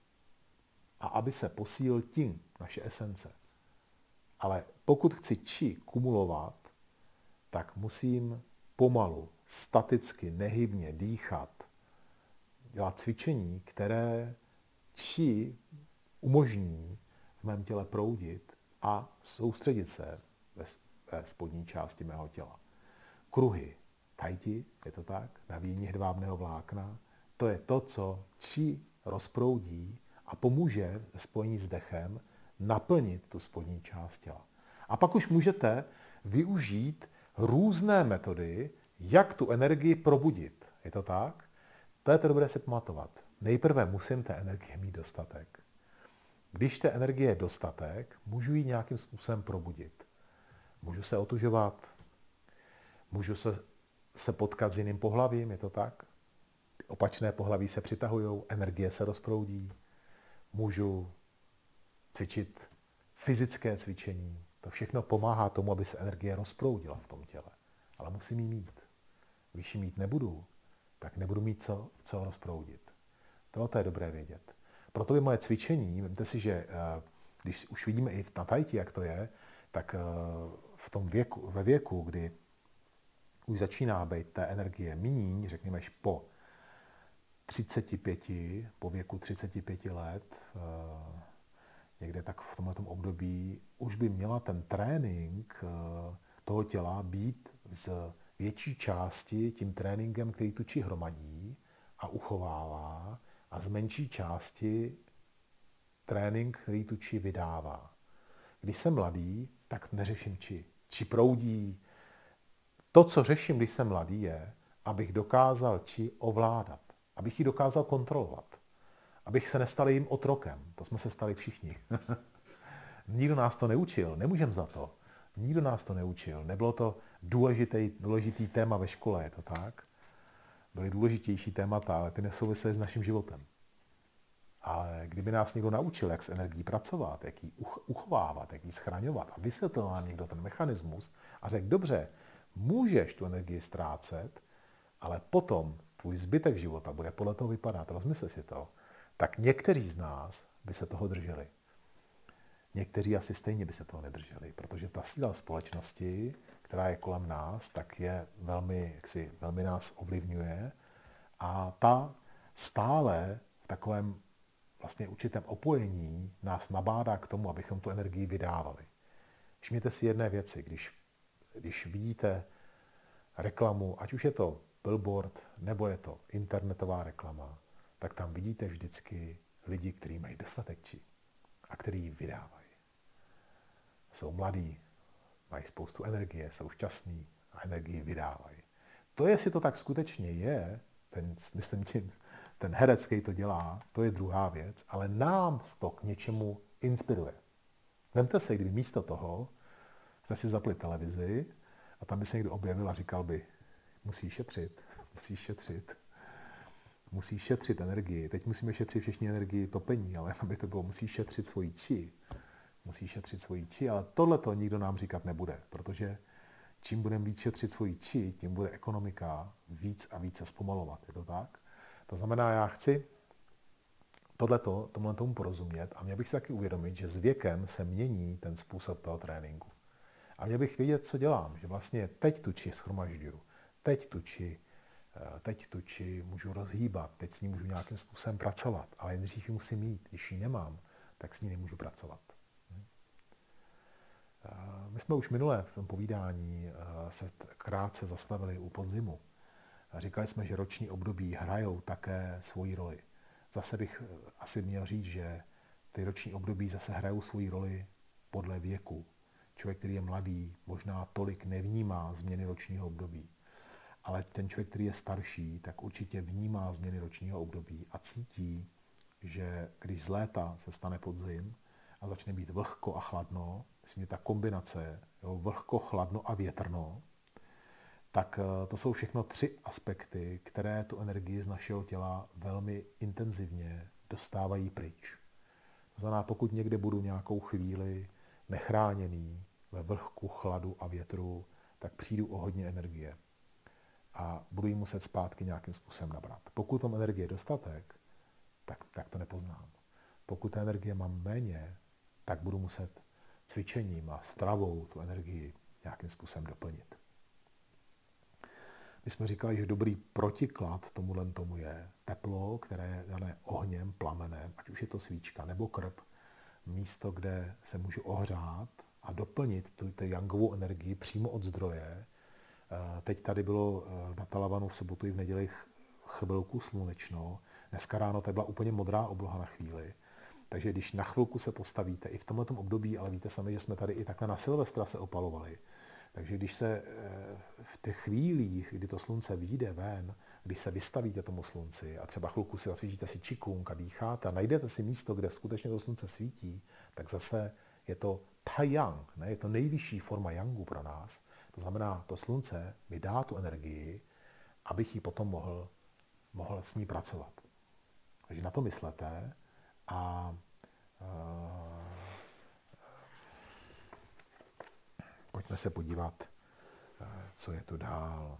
A aby se posílil tím naše esence. Ale pokud chci či kumulovat, tak musím pomalu, staticky, nehybně dýchat, dělat cvičení, které či umožní v mém těle proudit a soustředit se ve spodní části mého těla. Kruhy, tajti, je to tak, navíjení hedvábného vlákna, to je to, co či rozproudí a pomůže ve spojení s dechem naplnit tu spodní část těla. A pak už můžete využít různé metody, jak tu energii probudit. Je to tak? To je to dobré si pamatovat. Nejprve musím té energie mít dostatek. Když té energie je dostatek, můžu ji nějakým způsobem probudit. Můžu se otužovat, můžu se potkat s jiným pohlavím, je to tak? Opačné pohlaví se přitahují, energie se rozproudí. Můžu cvičit fyzické cvičení, To všechno pomáhá tomu, aby se energie rozproudila v tom těle. Ale musím ji mít. Když ji mít nebudu, tak nebudu mít co rozproudit. Tohle je dobré vědět. Proto by moje cvičení, vemte si, že když už vidíme i na tajti, jak to je, tak v tom věku, ve věku, kdy už začíná být té energie míň, řekněme až po 35, po věku 35 let, někde tak v tomto období, už by měla ten trénink toho těla být z větší části tím tréninkem, který tu či hromadí a uchovává, a z menší části trénink, který tu či vydává. Když jsem mladý, tak neřeším či. Či proudí. To, co řeším, když jsem mladý, je, abych dokázal či ovládat. Abych ji dokázal kontrolovat. Abych se nestal jim otrokem. To jsme se stali všichni. Nikdo nás to neučil, nemůžeme za to. Nikdo nás to neučil. Nebylo to důležitý téma ve škole, je to tak? Byly důležitější témata, ale ty nesouvisely s naším životem. Ale kdyby nás někdo naučil, jak s energií pracovat, jak ji uchovávat, jak ji schraňovat a vysvětlil nám někdo ten mechanismus a řekl, dobře, můžeš tu energii ztrácet, ale potom tvůj zbytek života bude podle toho vypadat, rozmysli si to, tak někteří z nás by se toho drželi. Někteří asi stejně by se toho nedrželi, protože ta síla společnosti, která je kolem nás, tak je velmi nás ovlivňuje a ta stále v takovém vlastně určitém opojení nás nabádá k tomu, abychom tu energii vydávali. Všimněte si jedné věci, když vidíte reklamu, ať už je to billboard, nebo je to internetová reklama, tak tam vidíte vždycky lidi, kteří mají dostatek či a kteří ji vydávají. Jsou mladí, mají spoustu energie, jsou šťastní a energii vydávají. To, jestli to tak skutečně je, ten herec, který to dělá, to je druhá věc, ale nám to k něčemu inspiruje. Vemte se, kdyby místo toho jste si zapli televizi a tam by se někdo objevil a říkal by, musíš šetřit energii. Teď musíme šetřit všichni energii topení, ale aby to bylo, musíš šetřit svoji či, ale tohle to nikdo nám říkat nebude, protože čím budeme víc šetřit svoji či, tím bude ekonomika víc a více zpomalovat. Je to tak? To znamená, já chci tomuhle tomu porozumět a měl bych si taky uvědomit, že s věkem se mění ten způsob toho tréninku. A měl bych vědět, co dělám, že vlastně teď tu či shromažďuju, teď tu či můžu rozhýbat, teď s ní můžu nějakým způsobem pracovat, ale nejdřív ji musím mít. Když ji nemám, tak s ní nemůžu pracovat. My jsme už minule v tom povídání se krátce zastavili u podzimu. Říkali jsme, že roční období hrajou také svoji roli. Zase bych asi měl říct, že ty roční období zase hrajou svoji roli podle věku. Člověk, který je mladý, možná tolik nevnímá změny ročního období. Ale ten člověk, který je starší, tak určitě vnímá změny ročního období a cítí, že když z léta se stane podzim a začne být vlhko a chladno, myslím, že ta kombinace vlhko, chladno a větrno, tak to jsou všechno 3 aspekty, které tu energii z našeho těla velmi intenzivně dostávají pryč. To znamená, pokud někde budu nějakou chvíli nechráněný ve vlhku, chladu a větru, tak přijdu o hodně energie a budu ji muset zpátky nějakým způsobem nabrat. Pokud tam energie je dostatek, tak to nepoznám. Pokud té energie mám méně, tak budu muset cvičením a stravou tu energii nějakým způsobem doplnit. My jsme říkali, že dobrý protiklad tomu je teplo, které je dané ohněm, plamenem, ať už je to svíčka nebo krb, místo, kde se můžu ohřát a doplnit tu yangovou energii přímo od zdroje. Teď tady bylo na Talavanu v sobotu i v neděli chvilku slunečno. Dneska ráno to byla úplně modrá obloha na chvíli. Takže když na chvilku se postavíte i v tomto období, ale víte sami, že jsme tady i takhle na Silvestra se opalovali. Takže když se v těch chvílích, kdy to slunce vyjde ven, když se vystavíte tomu slunci a třeba chvilku si zasvítíte si čikung a dýcháte a najdete si místo, kde skutečně to slunce svítí, tak zase je to tai-yang, ne? Je to nejvyšší forma yangu pro nás. To znamená, to slunce mi dá tu energii, abych ji potom mohl s ní pracovat. Takže na to myslete a Pojďme se podívat, co je tu dál.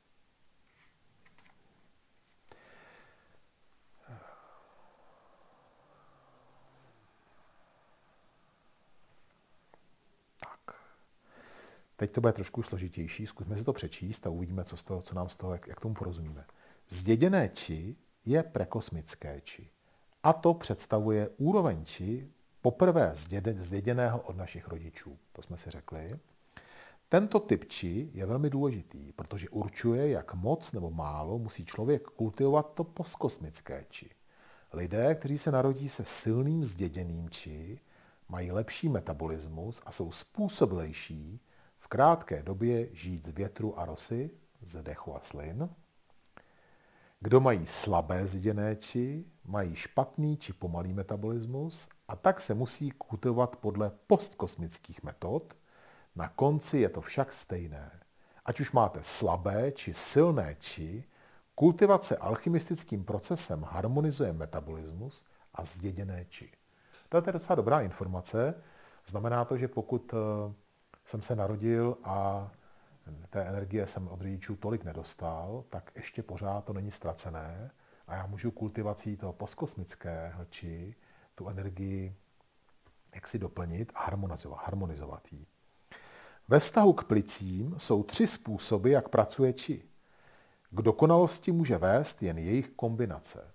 Teď to bude trošku složitější, zkusme si to přečíst a uvidíme, co nám z toho, jak tomu porozumíme. Zděděné či je prekosmické či. A to představuje úroveň či poprvé zděděného od našich rodičů. To jsme si řekli. Tento typ či je velmi důležitý, protože určuje, jak moc nebo málo musí člověk kultivovat to postkosmické či. Lidé, kteří se narodí se silným zděděným či, mají lepší metabolismus a jsou způsobilejší v krátké době žít z větru a rosy, z dechu a slin. Kdo mají slabé zděděné či, mají špatný či pomalý metabolismus a tak se musí kultivovat podle postkosmických metod. Na konci je to však stejné. Ať už máte slabé či silné či, kultivace alchymistickým procesem harmonizuje metabolismus a zděděné či. To je docela dobrá informace. Znamená to, že pokud jsem se narodil a té energie jsem od rodičů tolik nedostal, tak ještě pořád to není ztracené a já můžu kultivací toho postkosmického či tu energii jaksi doplnit a harmonizovat ji. Ve vztahu k plicím jsou 3 způsoby, jak pracuje či. K dokonalosti může vést jen jejich kombinace.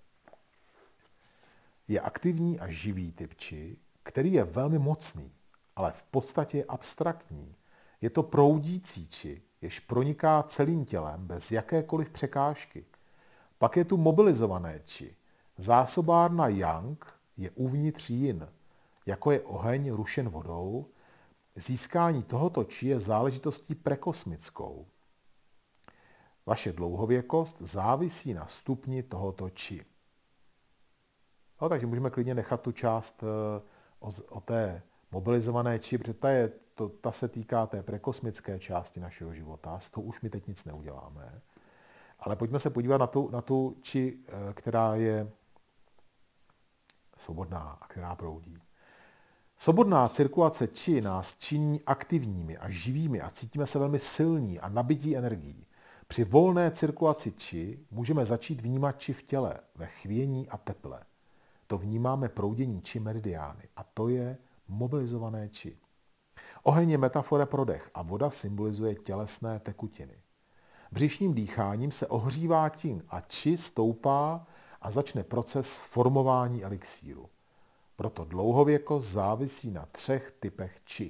Je aktivní a živý typ či, který je velmi mocný, ale v podstatě je abstraktní. Je to proudící či, jež proniká celým tělem bez jakékoliv překážky. Pak je tu mobilizované či. Zásobárna yang je uvnitř jin, jako je oheň rušen vodou. Získání tohoto či je záležitostí prekosmickou. Vaše dlouhověkost závisí na stupni tohoto či. No, takže můžeme klidně nechat tu část o té mobilizované či, protože ta se týká té prekosmické části našeho života. S tou už my teď nic neuděláme. Ale pojďme se podívat na tu či, která je svobodná a která proudí. Svobodná cirkulace či nás činí aktivními a živými a cítíme se velmi silní a nabití energií. Při volné cirkulaci či můžeme začít vnímat či v těle, ve chvění a teple. To vnímáme proudění či meridiány a to je mobilizované či. Oheň je metafora pro dech a voda symbolizuje tělesné tekutiny. Břišním dýcháním se ohřívá tin a či stoupá a začne proces formování elixíru. Proto dlouhověkost závisí na 3 typech či.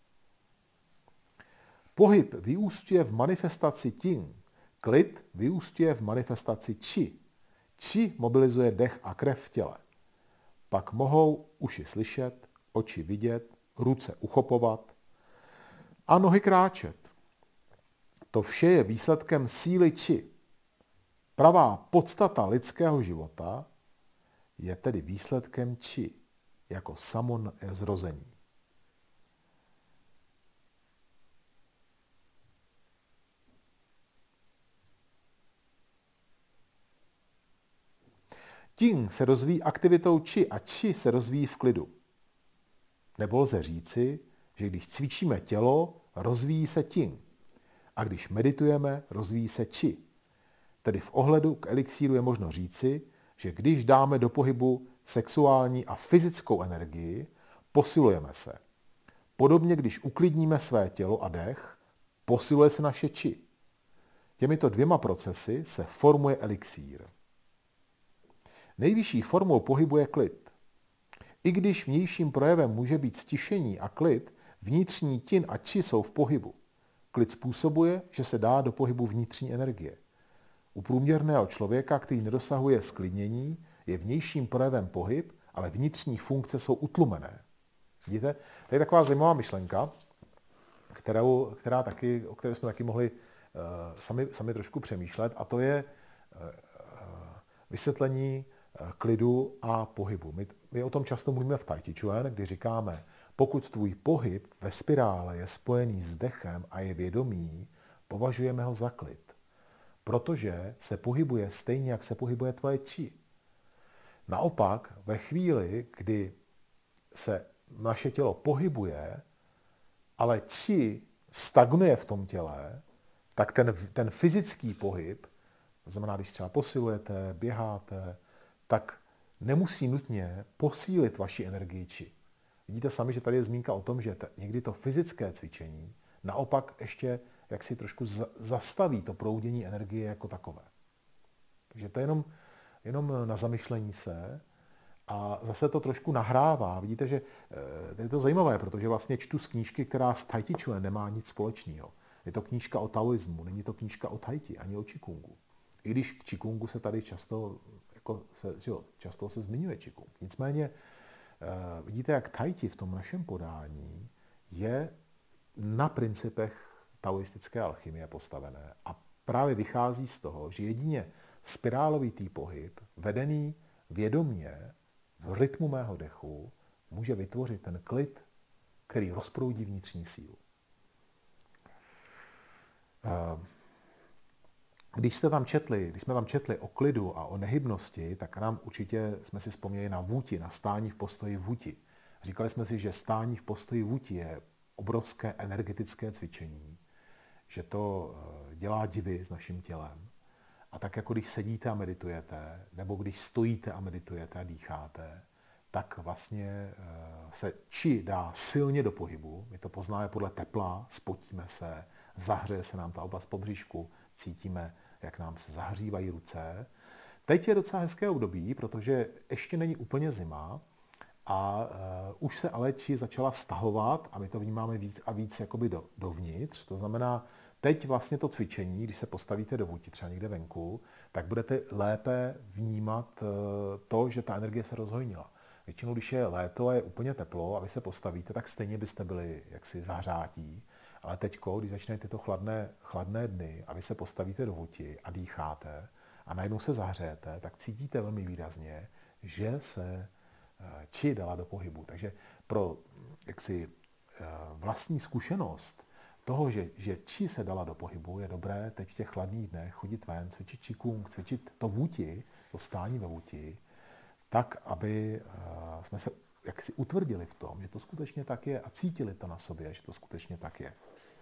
Pohyb vyústěje v manifestaci tin, klid vyústěje v manifestaci či. Či mobilizuje dech a krev v těle. Pak mohou uši slyšet, oči vidět, ruce uchopovat a nohy kráčet. To vše je výsledkem síly či. Pravá podstata lidského života je tedy výsledkem či, jako samo zrození. Tin se rozvíjí aktivitou či a či se rozvíjí v klidu. Nebo lze říci, že když cvičíme tělo, rozvíjí se tin. A když meditujeme, rozvíjí se či. Tedy v ohledu k elixíru je možno říci, že když dáme do pohybu sexuální a fyzickou energii, posilujeme se. Podobně, když uklidníme své tělo a dech, posiluje se naše či. Těmito 2 procesy se formuje elixír. Nejvyšší formou pohybu je klid. I když vnějším projevem může být stišení a klid, vnitřní tin a či jsou v pohybu. Klid způsobuje, že se dá do pohybu vnitřní energie. U průměrného člověka, který nedosahuje sklidnění, je vnějším projevem pohyb, ale vnitřní funkce jsou utlumené. Vidíte? To je taková zajímavá myšlenka, o které jsme taky mohli sami trošku přemýšlet, a to je vysvětlení klidu a pohybu. My o tom často mluvíme v Tai Chi Chuan, kdy říkáme, pokud tvůj pohyb ve spirále je spojený s dechem a je vědomý, považujeme ho za klid. Protože se pohybuje stejně, jak se pohybuje tvoje či. Naopak, ve chvíli, kdy se naše tělo pohybuje, ale či stagnuje v tom těle, tak ten fyzický pohyb, to znamená, když třeba posilujete, běháte, tak nemusí nutně posílit vaši energii či. Vidíte sami, že tady je zmínka o tom, že někdy to fyzické cvičení naopak ještě jak si trošku zastaví to proudění energie jako takové. Takže to je jenom na zamyšlení se a zase to trošku nahrává. Vidíte, že je to zajímavé, protože vlastně čtu z knížky, která s Tai Chi Chuan nemá nic společného. Je to knížka o taoismu, není to knížka o Tai Chi, ani o Qigongu. I když k Qigongu se tady často se zmiňuje Qigong. Nicméně vidíte, jak Tai Chi v tom našem podání je na principech taoistické alchymie postavené a právě vychází z toho, že jedině spirálovitý pohyb, vedený vědomně v rytmu mého dechu, může vytvořit ten klid, který rozproudí vnitřní sílu. Když jsme tam četli o klidu a o nehybnosti, tak nám určitě jsme si vzpomněli na vůti, na stání v postoji vůti. Říkali jsme si, že stání v postoji vůti je obrovské energetické cvičení, že to dělá divy s naším tělem. A tak jako když sedíte a meditujete, nebo když stojíte a meditujete a dýcháte, tak vlastně se či dá silně do pohybu. My to poznáme podle tepla, spotíme se, zahřeje se nám ta oblast pobříšku, cítíme, jak nám se zahřívají ruce. Teď je docela hezké období, protože ještě není úplně zima a už se ale či začala stahovat a my to vnímáme víc a víc jakoby dovnitř. To znamená, teď vlastně to cvičení, když se postavíte do vůti, třeba někde venku, tak budete lépe vnímat to, že ta energie se rozhojnila. Většinou, když je léto a je úplně teplo a vy se postavíte, tak stejně byste byli jaksi zahřátí. Ale teď, když začínají tyto chladné dny a vy se postavíte do vůti a dýcháte a najednou se zahřejete, tak cítíte velmi výrazně, že se či dala do pohybu. Takže pro jaksi vlastní zkušenost toho, že či se dala do pohybu, je dobré teď v těch chladných dnech chodit ven, cvičit Qigong, cvičit to vůti, to stání ve vůti, tak, aby jsme se jaksi utvrdili v tom, že to skutečně tak je a cítili to na sobě, že to skutečně tak je.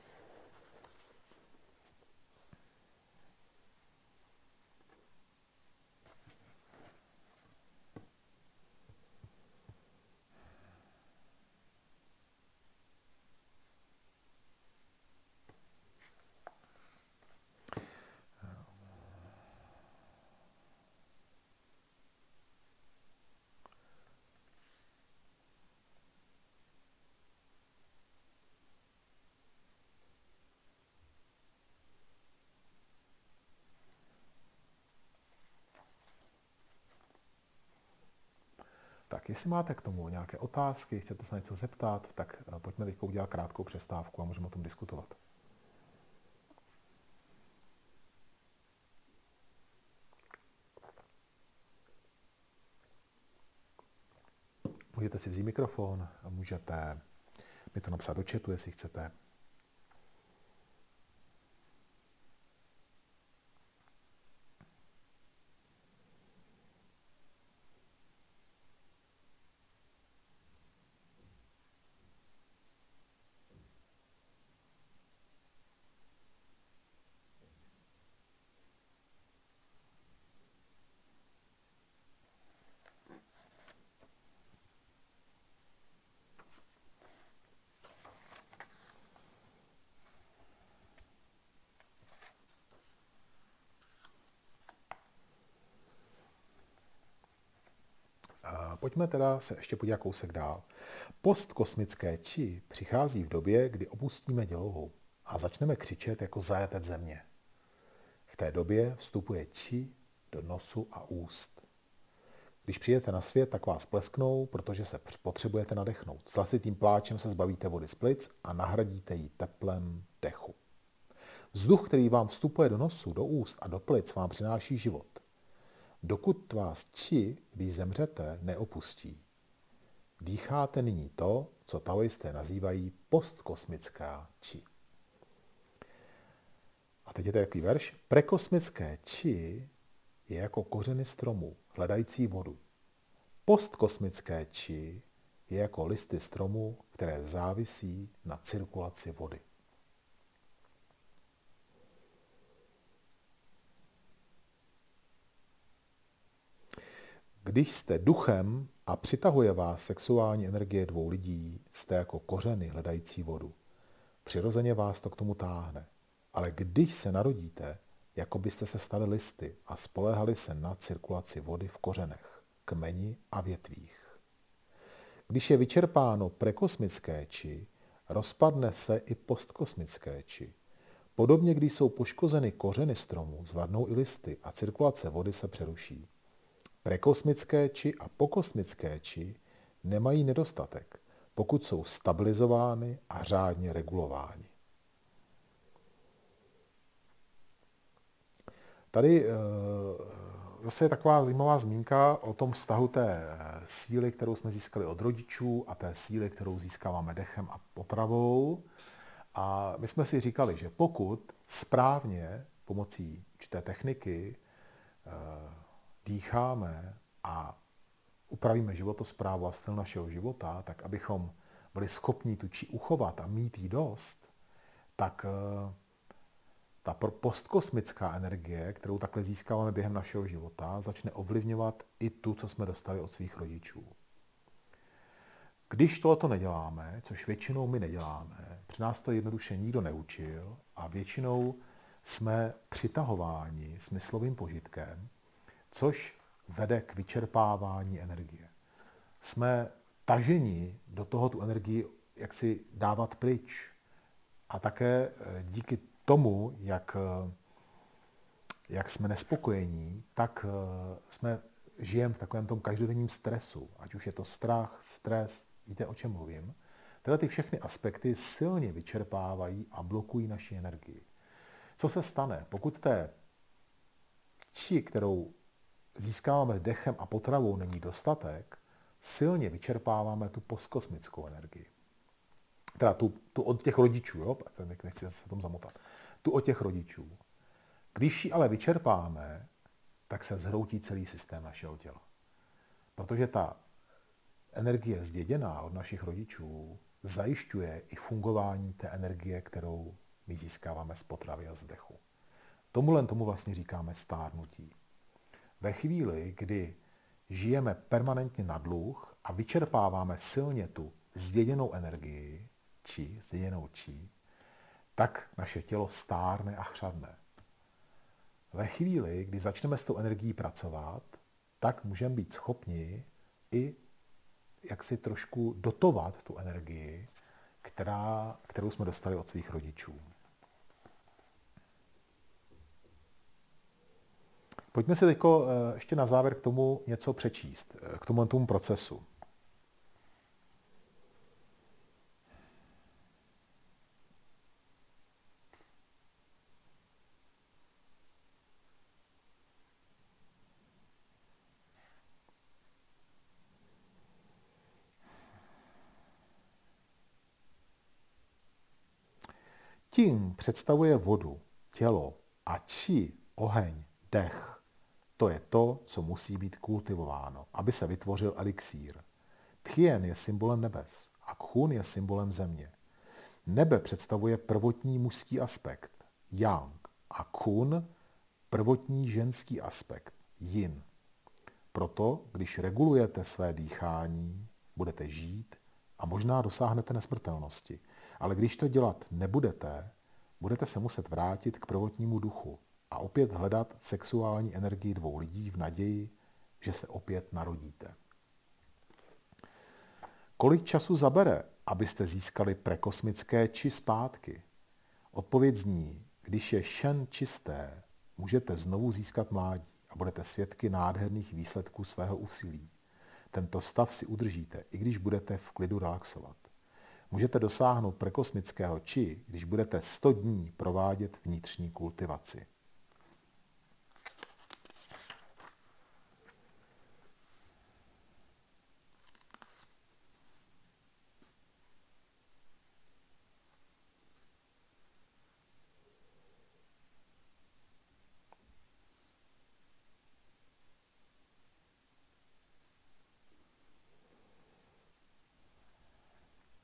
Tak jestli máte k tomu nějaké otázky, chcete se něco zeptat, tak pojďme teď udělat krátkou přestávku a můžeme o tom diskutovat. Můžete si vzít mikrofon a můžete mi to napsat do chatu, jestli chcete. Pojďme teda se ještě podívat kousek dál. Postkosmické či přichází v době, kdy opustíme dělohu a začneme křičet jako zajetec země. V té době vstupuje či do nosu a úst. Když přijete na svět, tak vás plesknou, protože se potřebujete nadechnout. S hlasitým pláčem se zbavíte vody z plic a nahradíte ji teplem dechu. Vzduch, který vám vstupuje do nosu, do úst a do plic, vám přináší život. Dokud vás či, když zemřete, neopustí. Dýcháte nyní to, co taoisté nazývají postkosmická či. A teď je to jaký verš? Prekosmické či je jako kořeny stromu, hledající vodu. Postkosmické či je jako listy stromu, které závisí na cirkulaci vody. Když jste duchem a přitahuje vás sexuální energie dvou lidí, jste jako kořeny hledající vodu. Přirozeně vás to k tomu táhne. Ale když se narodíte, jako byste se stali listy a spoléhali se na cirkulaci vody v kořenech, kmeni a větvích. Když je vyčerpáno prekosmické či, rozpadne se i postkosmické či. Podobně, když jsou poškozeny kořeny stromů, zvadnou i listy a cirkulace vody se přeruší. Prekosmické či a pokosmické či nemají nedostatek, pokud jsou stabilizovány a řádně regulováni. Tady zase je taková zajímavá zmínka o tom vztahu té síly, kterou jsme získali od rodičů a té síly, kterou získáváme dechem a potravou. A my jsme si říkali, že pokud správně pomocí určité techniky dýcháme a upravíme životosprávu a styl našeho života, tak abychom byli schopni tu či uchovat a mít jí dost, tak ta postkosmická energie, kterou takhle získáváme během našeho života, začne ovlivňovat i tu, co jsme dostali od svých rodičů. Když tohoto neděláme, což většinou my neděláme, při nás to jednoduše nikdo neučil a většinou jsme přitahováni smyslovým požitkem, což vede k vyčerpávání energie. Jsme taženi do toho tu energii jaksi dávat pryč. A také díky tomu, jak jsme nespokojení, tak žijeme v takovém tom každodenním stresu. Ať už je to strach, stres, víte, o čem mluvím. Tyhle ty všechny aspekty silně vyčerpávají a blokují naši energii. Co se stane, pokud té či, kterou získáváme dechem a potravou, není dostatek, silně vyčerpáváme tu postkosmickou energii. Teda tu od těch rodičů, jo? Nechci se tom zamotat. Tu od těch rodičů. Když ji ale vyčerpáme, tak se zhroutí celý systém našeho těla. Protože ta energie zděděná od našich rodičů zajišťuje i fungování té energie, kterou my získáváme z potravy a z dechu. Tomu vlastně říkáme stárnutí. Ve chvíli, kdy žijeme permanentně na dluh a vyčerpáváme silně tu zděděnou energii, zděděnou či, tak naše tělo stárne a chřadne. Ve chvíli, kdy začneme s tou energií pracovat, tak můžeme být schopni i jak si trošku dotovat tu energii, kterou jsme dostali od svých rodičů. Pojďme si teď ještě na závěr k tomu něco přečíst, k tomu procesu. Tím představuje vodu, tělo a či oheň, dech. To je to, co musí být kultivováno, aby se vytvořil elixír. Tchien je symbolem nebes a Khun je symbolem země. Nebe představuje prvotní mužský aspekt, yang, a Khun prvotní ženský aspekt, yin. Proto, když regulujete své dýchání, budete žít a možná dosáhnete nesmrtelnosti. Ale když to dělat nebudete, budete se muset vrátit k prvotnímu duchu a opět hledat sexuální energii dvou lidí v naději, že se opět narodíte. Kolik času zabere, abyste získali prekosmické či zpátky? Odpověď zní, když je šen čisté, můžete znovu získat mládí a budete svědky nádherných výsledků svého úsilí. Tento stav si udržíte, i když budete v klidu relaxovat. Můžete dosáhnout prekosmického či, když budete 100 dní provádět vnitřní kultivaci.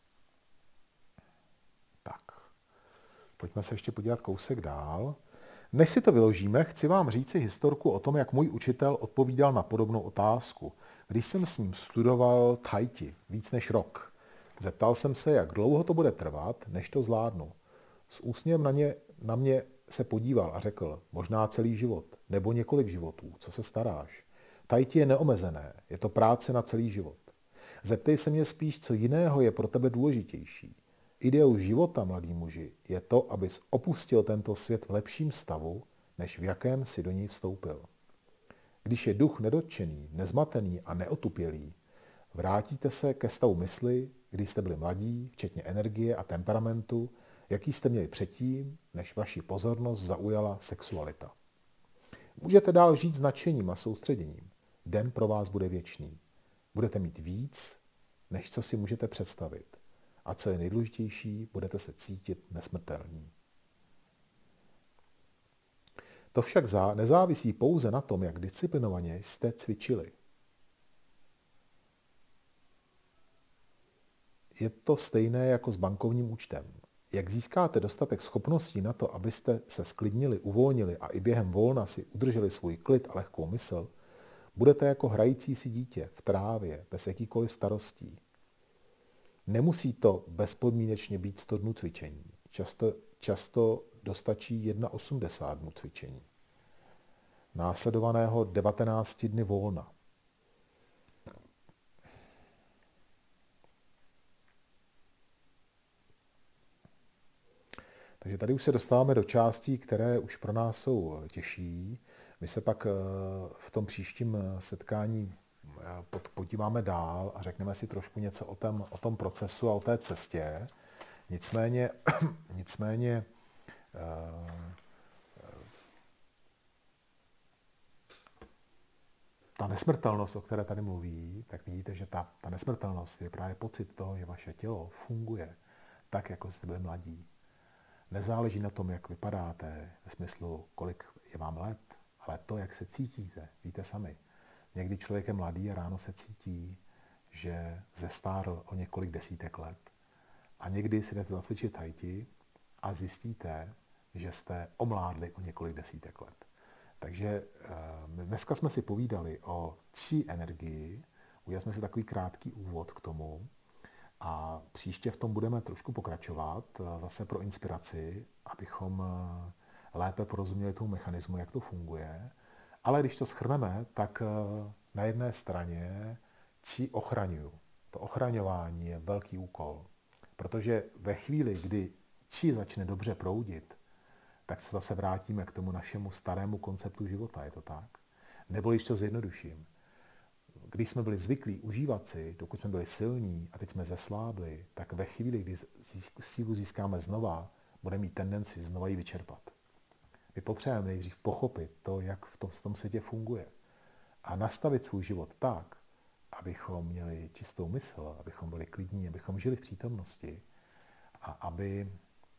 Pojďme se ještě podívat kousek dál. Než si to vyložíme, chci vám říci historku o tom, jak můj učitel odpovídal na podobnou otázku, když jsem s ním studoval tai chi víc než rok. Zeptal jsem se, jak dlouho to bude trvat, než to zvládnu. S úsměvem na mě se podíval a řekl, možná celý život, nebo několik životů, co se staráš. Tai chi je neomezené, je to práce na celý život. Zeptej se mě spíš, co jiného je pro tebe důležitější. Ideou života, mladý muži, je to, abys opustil tento svět v lepším stavu, než v jakém si do něj vstoupil. Když je duch nedotčený, nezmatený a neotupělý, vrátíte se ke stavu mysli, když jste byli mladí, včetně energie a temperamentu, jaký jste měli předtím, než vaši pozornost zaujala sexualita. Můžete dál žít s nadšením a soustředěním. Den pro vás bude věčný. Budete mít víc, než co si můžete představit. A co je nejdůležitější, budete se cítit nesmrtelní. To však nezávisí pouze na tom, jak disciplinovaně jste cvičili. Je to stejné jako s bankovním účtem. Jak získáte dostatek schopností na to, abyste se sklidnili, uvolnili a i během volna si udrželi svůj klid a lehkou mysl, budete jako hrající si dítě v trávě, bez jakýkoliv starostí. Nemusí to bezpodmínečně být 100 dnů cvičení. Často dostačí 81 dnů cvičení. Následovaného 19 dny volna. Takže tady už se dostáváme do částí, které už pro nás jsou těžší. My se pak v tom příštím setkání podíváme dál a řekneme si trošku něco o tom procesu a o té cestě. Nicméně ta nesmrtelnost, o které tady mluví, tak vidíte, že ta nesmrtelnost je právě pocit toho, že vaše tělo funguje tak, jako jste byli mladí. Nezáleží na tom, jak vypadáte, ve smyslu, kolik je vám let, ale to, jak se cítíte, víte sami. Někdy člověk je mladý a ráno se cítí, že zestárl o několik desítek let. A někdy si jdete zacvičit tai chi a zjistíte, že jste omládli o několik desítek let. Takže dneska jsme si povídali o chi energii, udělali jsme si takový krátký úvod k tomu a příště v tom budeme trošku pokračovat, zase pro inspiraci, abychom lépe porozuměli tomu mechanismu, jak to funguje. Ale když to shrneme, tak na jedné straně chi ochraňuju. To ochraňování je velký úkol, protože ve chvíli, kdy chi začne dobře proudit, tak se zase vrátíme k tomu našemu starému konceptu života, je to tak? Nebo když to zjednoduším, když jsme byli zvyklí užívat si, dokud jsme byli silní a teď jsme zeslábli, tak ve chvíli, kdy sílu získáme znova, bude mít tendenci znova ji vyčerpat. My potřebujeme nejdřív pochopit to, jak v tom světě funguje. A nastavit svůj život tak, abychom měli čistou mysl, abychom byli klidní, abychom žili v přítomnosti a aby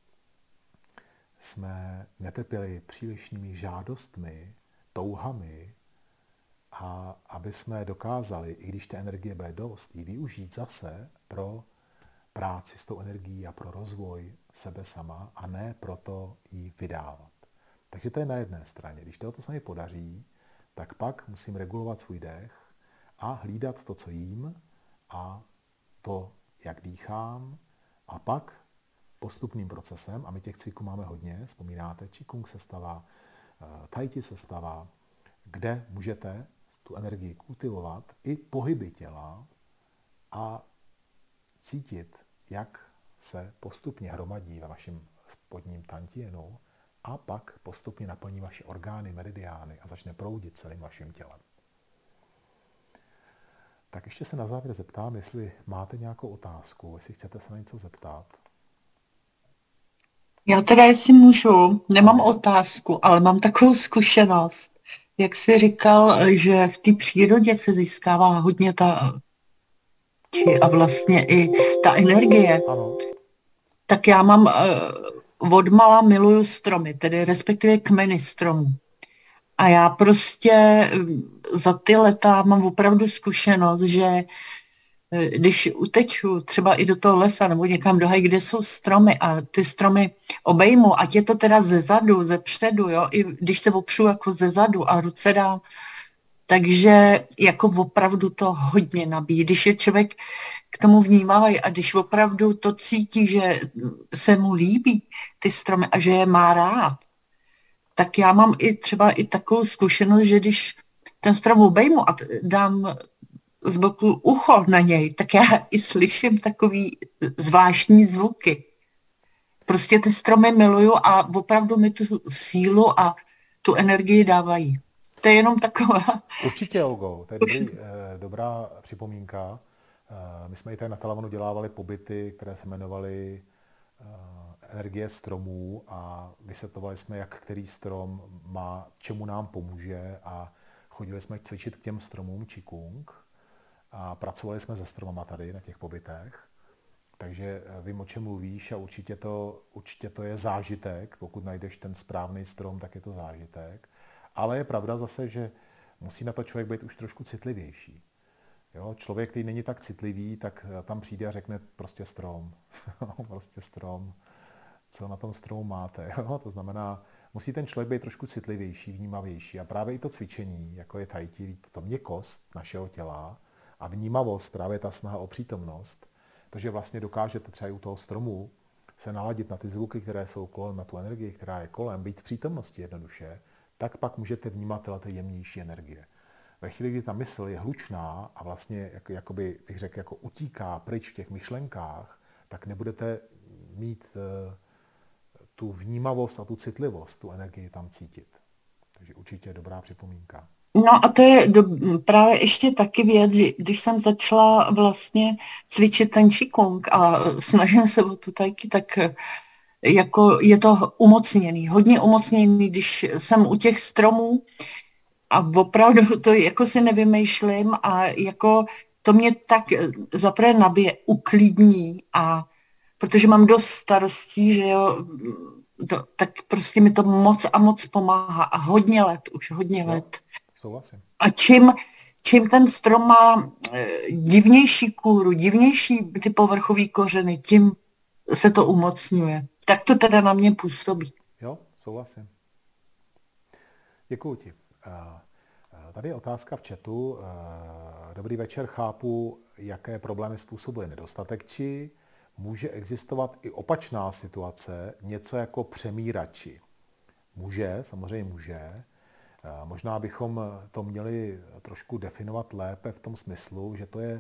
jsme netrpěli přílišnými žádostmi, touhami a aby jsme dokázali, i když té energie bude dost, ji využít zase pro práci s tou energií a pro rozvoj sebe sama a ne proto ji vydávat. Takže to je na jedné straně. Když to se mi podaří, tak pak musím regulovat svůj dech a hlídat to, co jím a to, jak dýchám a pak postupným procesem, a my těch cviků máme hodně, vzpomínáte, Qigong sestava, Tai Chi sestava, kde můžete tu energii kultivovat i pohyby těla a cítit, jak se postupně hromadí ve vašem spodním tantienu a pak postupně naplní vaše orgány, meridiány a začne proudit celým vaším tělem. Tak ještě se na závěr zeptám, jestli máte nějakou otázku, jestli chcete se na něco zeptat. Já teda, jestli můžu, nemám otázku, ale mám takovou zkušenost. Jak jsi říkal, že v té přírodě se získává hodně ta či a vlastně i ta energie. Ano. Tak já mám odmala miluju stromy, tedy respektive kmeny stromů. A já prostě za ty leta mám opravdu zkušenost, že když uteču třeba i do toho lesa nebo někam do hají, kde jsou stromy a ty stromy obejmu, ať je to teda ze zadu, ze předu, jo, i když se opřu jako ze zadu a ruce dám, takže jako opravdu to hodně nabíjí. Když je člověk k tomu vnímavý a když opravdu to cítí, že se mu líbí ty stromy a že je má rád, tak já mám i třeba i takovou zkušenost, že když ten strom obejmu a dám z boku ucho na něj, tak já i slyším takový zvláštní zvuky. Prostě ty stromy miluju a opravdu mi tu sílu a tu energii dávají. To je jenom taková... Určitě, Olgo, to je dobrá připomínka. My jsme i tady na Talavanu dělávali pobyty, které se jmenovaly energie stromů a vysvětlovali jsme, jak který strom má, čemu nám pomůže a chodili jsme cvičit k těm stromům Qigong a pracovali jsme se stromama tady na těch pobytech. Takže vím, o čem mluvíš a určitě to je zážitek. Pokud najdeš ten správný strom, tak je to zážitek. Ale je pravda zase, že musí na to člověk být už trošku citlivější. Jo? Člověk, který není tak citlivý, tak tam přijde a řekne prostě strom. Prostě strom. Co na tom stromu máte? Jo? To znamená, musí ten člověk být trošku citlivější, vnímavější. A právě i to cvičení, jako je tai chi, to měkkost našeho těla a vnímavost, právě ta snaha o přítomnost, to, že vlastně dokážete třeba i u toho stromu se naladit na ty zvuky, které jsou kolem, na tu energii, která je kolem, být v přítomnosti jednoduše, tak pak můžete vnímat ty jemnější energie. Ve chvíli, kdy ta mysl je hlučná a vlastně, jakoby bych řekl, jako utíká pryč v těch myšlenkách, tak nebudete mít tu vnímavost a tu citlivost, tu energii tam cítit. Takže určitě dobrá připomínka. No a to je právě ještě taky věc, že když jsem začala vlastně cvičit ten Qigong a snažím se o tu tajky, tak jako je to umocněný, hodně umocněný, když jsem u těch stromů a opravdu to jako si nevymýšlím a jako to mě tak zaprvé nabije, uklidní a protože mám dost starostí, že jo, tak prostě mi to moc a moc pomáhá a hodně let, už hodně let. Souhlasím. A čím ten strom má divnější kůru, divnější ty povrchové kořeny, tím se to umocňuje. Tak to teda na mě působí. Jo, souhlasím. Děkuju ti. Tady je otázka v chatu. Dobrý večer, chápu, jaké problémy způsobuje nedostatek či. Může existovat i opačná situace, něco jako přemírači. Může, samozřejmě může. Možná bychom to měli trošku definovat lépe v tom smyslu,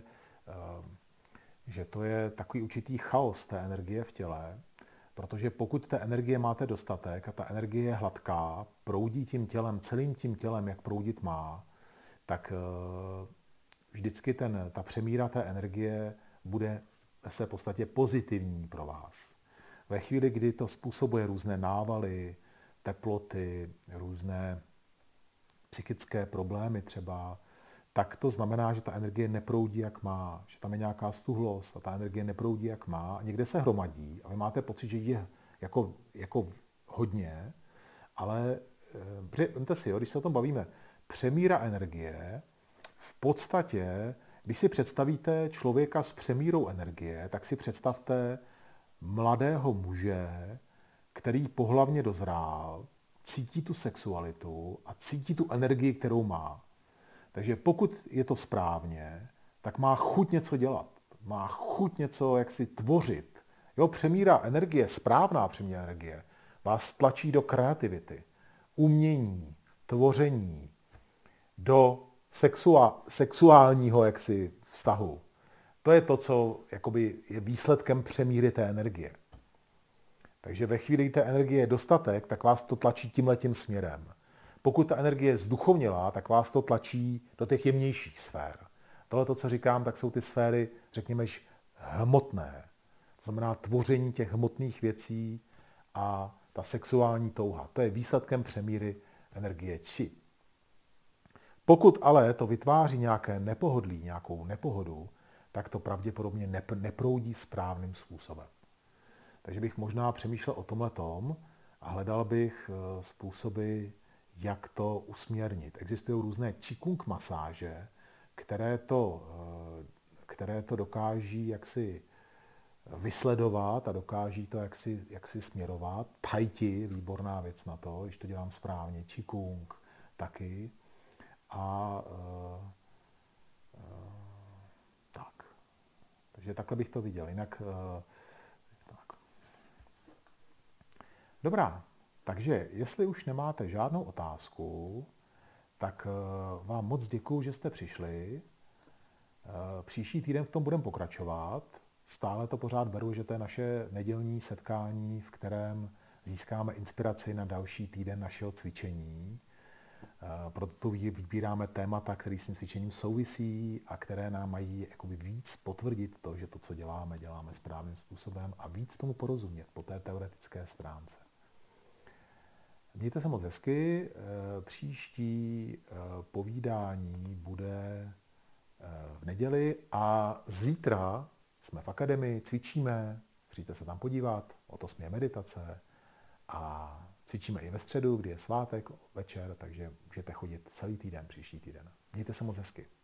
že to je takový určitý chaos té energie v těle, protože pokud té energie máte dostatek a ta energie je hladká, proudí tím tělem, celým tím tělem, jak proudit má, tak vždycky ta přemíra té energie bude se v podstatě pozitivní pro vás. Ve chvíli, kdy to způsobuje různé návaly, teploty, různé psychické problémy třeba, tak to znamená, že ta energie neproudí, jak má, že tam je nějaká stuhlost a ta energie neproudí, jak má, a někde se hromadí a vy máte pocit, že je jako hodně, ale vemte si, jo, když se o tom bavíme, přemíra energie, v podstatě, když si představíte člověka s přemírou energie, tak si představte mladého muže, který pohlavně dozrál, cítí tu sexualitu a cítí tu energii, kterou má. Takže pokud je to správně, tak má chuť něco dělat. Má chuť něco jaksi tvořit. Jo, přemíra energie, správná přemíra energie, vás tlačí do kreativity, umění, tvoření, do sexuálního jaksi vztahu. To je to, co jakoby je výsledkem přemíry té energie. Takže ve chvíli, kdy té energie je dostatek, tak vás to tlačí tímhletím směrem. Pokud ta energie je zduchovnělá, tak vás to tlačí do těch jemnějších sfér. Tohle, co říkám, tak jsou ty sféry, řekněme, hmotné. To znamená tvoření těch hmotných věcí a ta sexuální touha. To je výsledkem přemíry energie či. Pokud ale to vytváří nějaké nepohodlí, nějakou nepohodu, tak to pravděpodobně neproudí správným způsobem. Takže bych možná přemýšlel o tomhletom a hledal bych způsoby, jak to usměrnit. Existují různé Qigong masáže, které které to dokáží jaksi vysledovat a dokáží to jaksi směrovat. Tai chi, výborná věc na to, když to dělám správně, Qigong taky. A tak. Takže takhle bych to viděl. Jinak tak. Dobrá, takže jestli už nemáte žádnou otázku, tak vám moc děkuju, že jste přišli. Příští týden v tom budeme pokračovat. Stále to pořád beru, že to je naše nedělní setkání, v kterém získáme inspiraci na další týden našeho cvičení. Proto tu vybíráme témata, které s tím cvičením souvisí a které nám mají jakoby víc potvrdit to, že to, co děláme, děláme správným způsobem a víc tomu porozumět po té teoretické stránce. Mějte se moc hezky. Příští povídání bude v neděli a zítra jsme v akademii, cvičíme, přijďte se tam podívat, o 8 je meditace a cvičíme i ve středu, kdy je svátek, večer, takže můžete chodit celý týden, příští týden. Mějte se moc hezky.